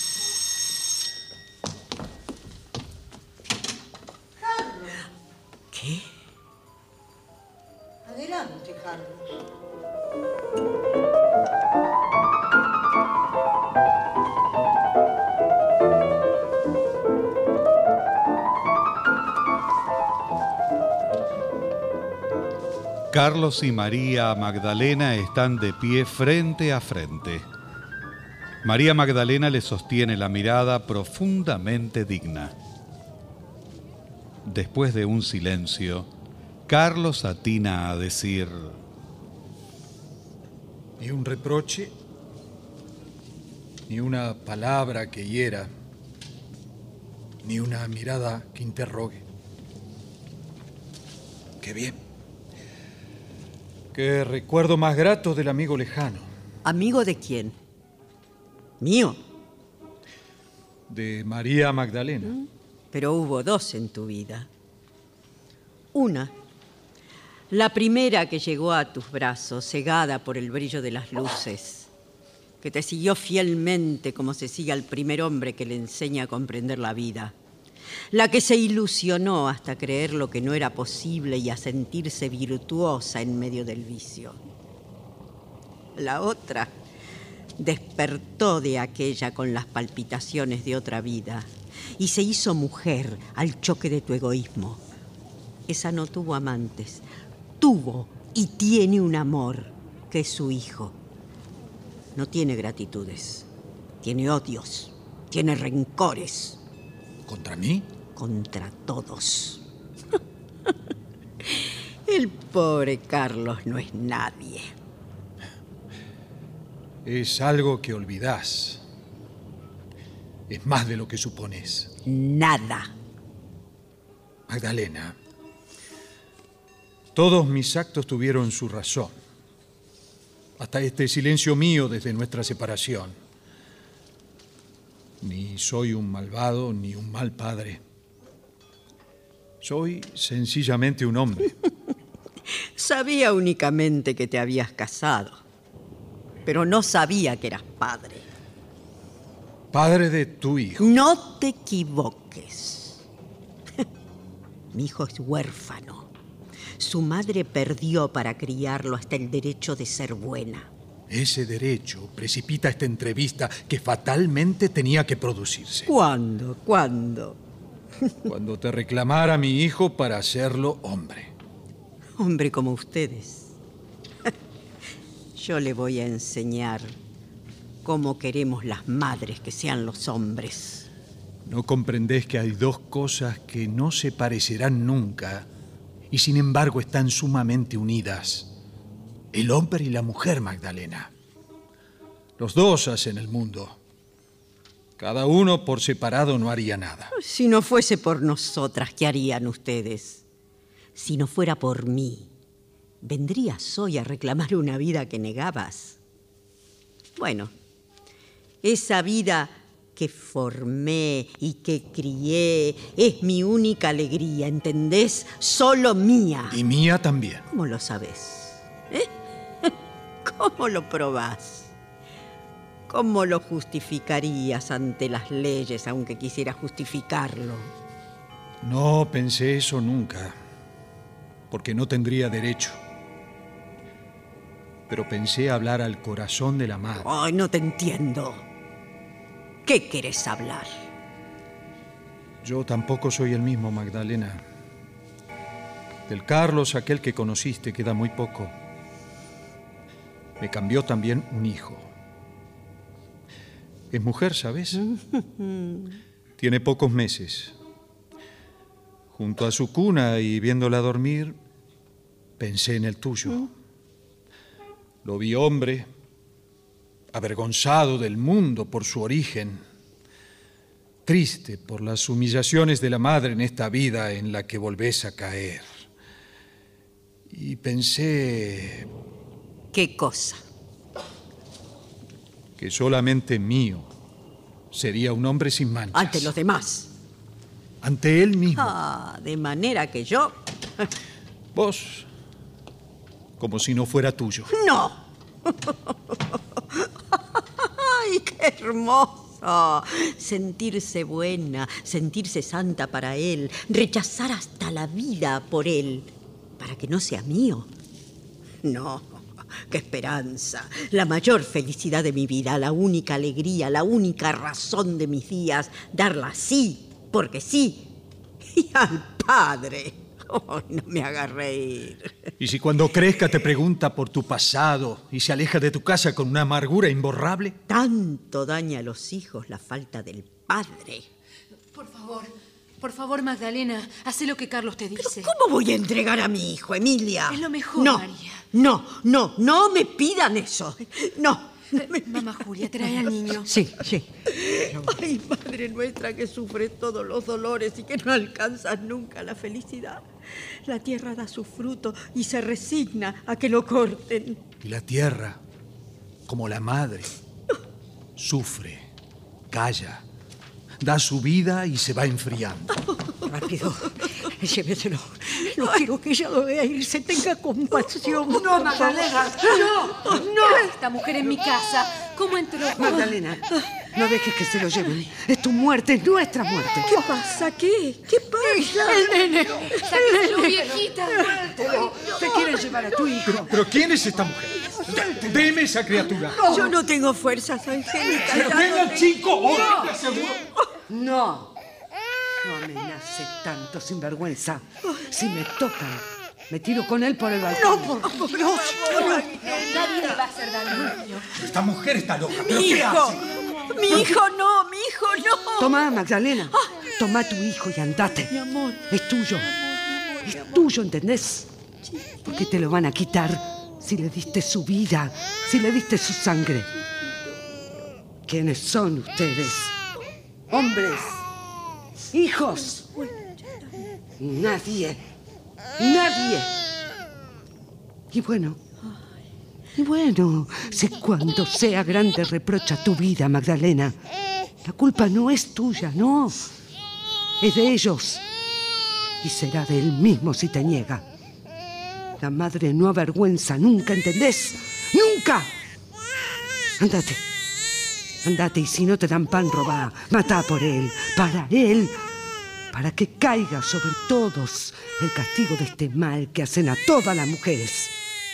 Carlos. ¿Qué? Adelante, Carlos. Carlos y María Magdalena están de pie frente a frente. María Magdalena le sostiene la mirada profundamente digna. Después de un silencio, Carlos atina a decir: Ni un reproche, ni una palabra que hiera, ni una mirada que interrogue. ¡Qué bien! ¡Qué recuerdo más grato del amigo lejano! ¿Amigo de quién? ¿Mío? De María Magdalena. Pero hubo dos en tu vida. Una, la primera que llegó a tus brazos, cegada por el brillo de las luces, que te siguió fielmente como se sigue al primer hombre que le enseña a comprender la vida. La que se ilusionó hasta creer lo que no era posible y a sentirse virtuosa en medio del vicio. La otra despertó de aquella con las palpitaciones de otra vida y se hizo mujer al choque de tu egoísmo. Esa no tuvo amantes, tuvo y tiene un amor que es su hijo. No tiene gratitudes, tiene odios, tiene rencores. ¿Contra mí? Contra todos. El pobre Carlos no es nadie. Es algo que olvidás. Es más de lo que supones. Nada. Magdalena, todos mis actos tuvieron su razón. Hasta este silencio mío desde nuestra separación. Ni soy un malvado ni un mal padre. Soy sencillamente un hombre. Sabía únicamente que te habías casado, pero no sabía que eras padre. Padre de tu hijo. No te equivoques. Mi hijo es huérfano. Su madre perdió para criarlo hasta el derecho de ser buena. Ese derecho precipita esta entrevista que fatalmente tenía que producirse. ¿Cuándo? ¿Cuándo? Cuando te reclamara mi hijo para hacerlo hombre. Hombre como ustedes. Yo le voy a enseñar cómo queremos las madres que sean los hombres. ¿No comprendés que hay dos cosas que no se parecerán nunca y sin embargo están sumamente unidas? El hombre y la mujer, Magdalena. Los dos hacen el mundo. Cada uno por separado no haría nada. Si no fuese por nosotras, ¿qué harían ustedes? Si no fuera por mí, ¿vendrías hoy a reclamar una vida que negabas? Bueno, esa vida que formé y que crié es mi única alegría, ¿entendés? Solo mía. Y mía también. ¿Cómo lo sabés? ¿Cómo lo probás? ¿Cómo lo justificarías ante las leyes, aunque quisieras justificarlo? No pensé eso nunca, porque no tendría derecho. Pero pensé hablar al corazón de la madre. Ay, no te entiendo. ¿Qué querés hablar? Yo tampoco soy el mismo, Magdalena. Del Carlos, aquel que conociste, queda muy poco. Me cambió también un hijo. Es mujer, ¿sabes? Tiene pocos meses. Junto a su cuna y viéndola dormir, pensé en el tuyo. Lo vi hombre, avergonzado del mundo por su origen, triste por las humillaciones de la madre en esta vida en la que volvés a caer. Y pensé... ¿Qué cosa? Que solamente mío sería un hombre sin manchas. Ante los demás. Ante él mismo. Ah, de manera que yo... Vos, como si no fuera tuyo. ¡No! ¡Ay, qué hermoso! Sentirse buena, sentirse santa para él, rechazar hasta la vida por él, para que no sea mío. No, qué esperanza, la mayor felicidad de mi vida, la única alegría, la única razón de mis días, darla así, porque sí, y al padre. Ay, no me haga reír. ¿Y si cuando crezca te pregunta por tu pasado y se aleja de tu casa con una amargura imborrable? Tanto daña a los hijos la falta del padre. Por favor, Magdalena, haz lo que Carlos te dice. ¿Pero cómo voy a entregar a mi hijo, Emilia? Es lo mejor, no, María. No me pidan eso. No. Mamá Julia, trae al niño. Sí. Ay, Madre nuestra que sufre todos los dolores y que no alcanzas nunca la felicidad. La tierra da su fruto y se resigna a que lo corten. Y la tierra, como la madre, sufre, calla, da su vida y se va enfriando. Rápido, lléveselo. No quiero que ella lo vea irse. Tenga compasión. No, Magdalena. No. Esta mujer en mi casa. ¿Cómo entró? Magdalena, no dejes que se lo lleven. Es tu muerte, es nuestra muerte. ¿Qué pasa? ¿Qué pasa? El nene. ¡Sáquenlo, viejita! Te quieren llevar a tu hijo. ¿Pero quién es esta mujer? Deme esa criatura. Yo no tengo fuerzas, Angélica. ¡Pero venga el chico! ¡Te aseguro! No amenace tanto, sinvergüenza. Si me tocan, me tiro con él por el balcón. No, por favor, no. Nadie le va a hacer daño. Esta mujer está loca. ¿Pero Mi qué hijo. hace? Mi hijo no. Toma, Magdalena. Toma a tu hijo y andate. Mi amor. Es tuyo. Es tuyo, ¿entendés? Porque te lo van a quitar si le diste su vida, si le diste su sangre. ¿Quiénes son ustedes? Hombres, hijos. Nadie. Y bueno, si cuando sea grande reprocha tu vida, Magdalena, la culpa no es tuya, no. Es de ellos. Y será de él mismo si te niega. La madre no avergüenza nunca, ¿entendés? ¡Nunca! Andate, y si no te dan pan, robá. Matá por él, para que caiga sobre todos el castigo de este mal que hacen a todas las mujeres.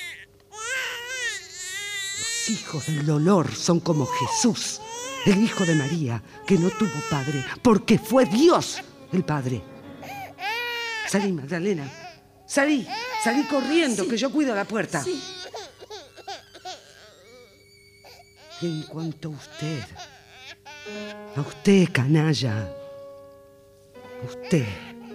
Los hijos del dolor son como Jesús, el hijo de María, que no tuvo padre, porque fue Dios el Padre. Salí, Magdalena. Salí corriendo, que yo cuido la puerta. Sí. Y en cuanto a usted, canalla, usted,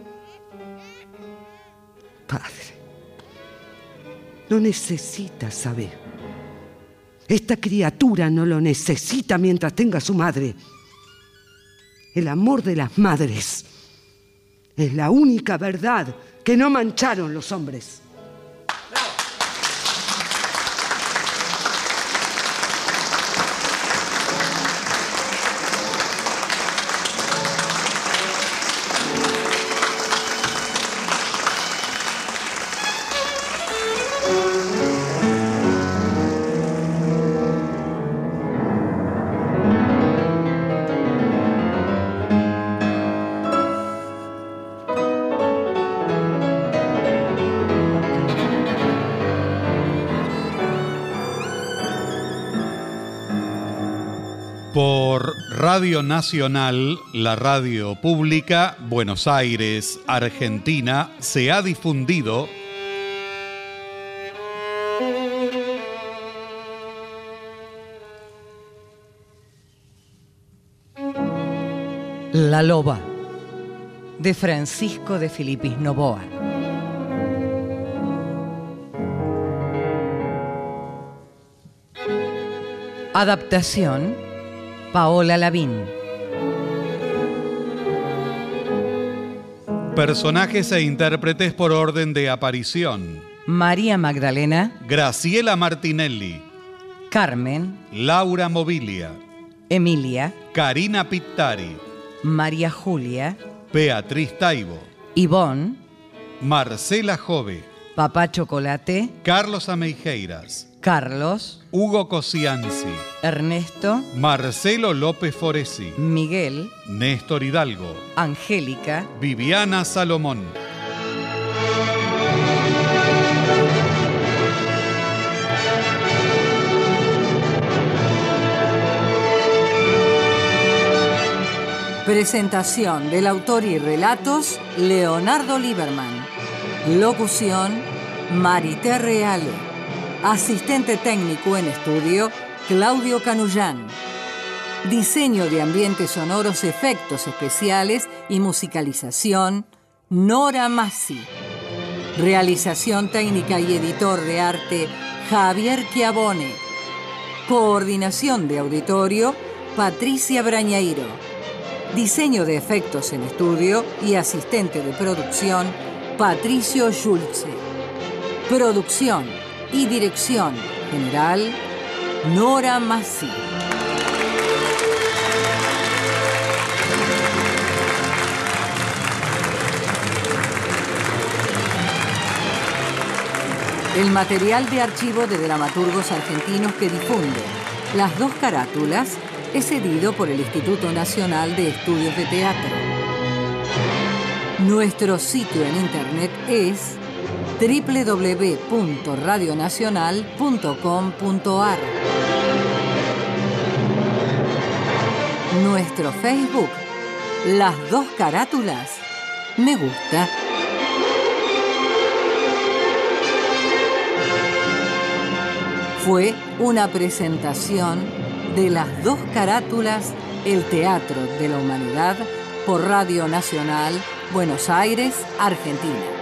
padre, no necesita saber. Esta criatura no lo necesita mientras tenga a su madre. El amor de las madres es la única verdad que no mancharon los hombres. Por Radio Nacional, la radio pública, Buenos Aires, Argentina, se ha difundido La loba, de Francisco de Filipis Novoa. Adaptación, Paola Lavín. personajes e intérpretes por orden de aparición: María Magdalena, Graciela Martinelli, Carmen, Laura Mobilia, Emilia, Karina Pittari, María Julia, Beatriz Taibo, Ivonne, Marcela Jove, Papá Chocolate, Carlos Ameijeiras, Carlos, Hugo Cosianzi, Ernesto, Marcelo López Foresi, Miguel, Néstor Hidalgo, Angélica, Viviana Salomón. Presentación del autor y relatos, Leonardo Lieberman. Locución, Marité Reale. Asistente técnico en estudio, Claudio Canullán. Diseño de ambientes sonoros, efectos especiales y musicalización, Nora Massi. Realización técnica y editor de arte, Javier Chiavone. Coordinación de auditorio, Patricia Brañeiro. Diseño de efectos en estudio y asistente de producción, Patricio Schulze. Producción y dirección general, Nora Massi. El material de archivo de dramaturgos argentinos que difunde Las dos carátulas es cedido por el Instituto Nacional de Estudios de Teatro. Nuestro sitio en internet es www.radionacional.com.ar. Nuestro Facebook, Las dos carátulas, me gusta. Fue una presentación de Las dos carátulas, el Teatro de la Humanidad, por Radio Nacional, Buenos Aires, Argentina.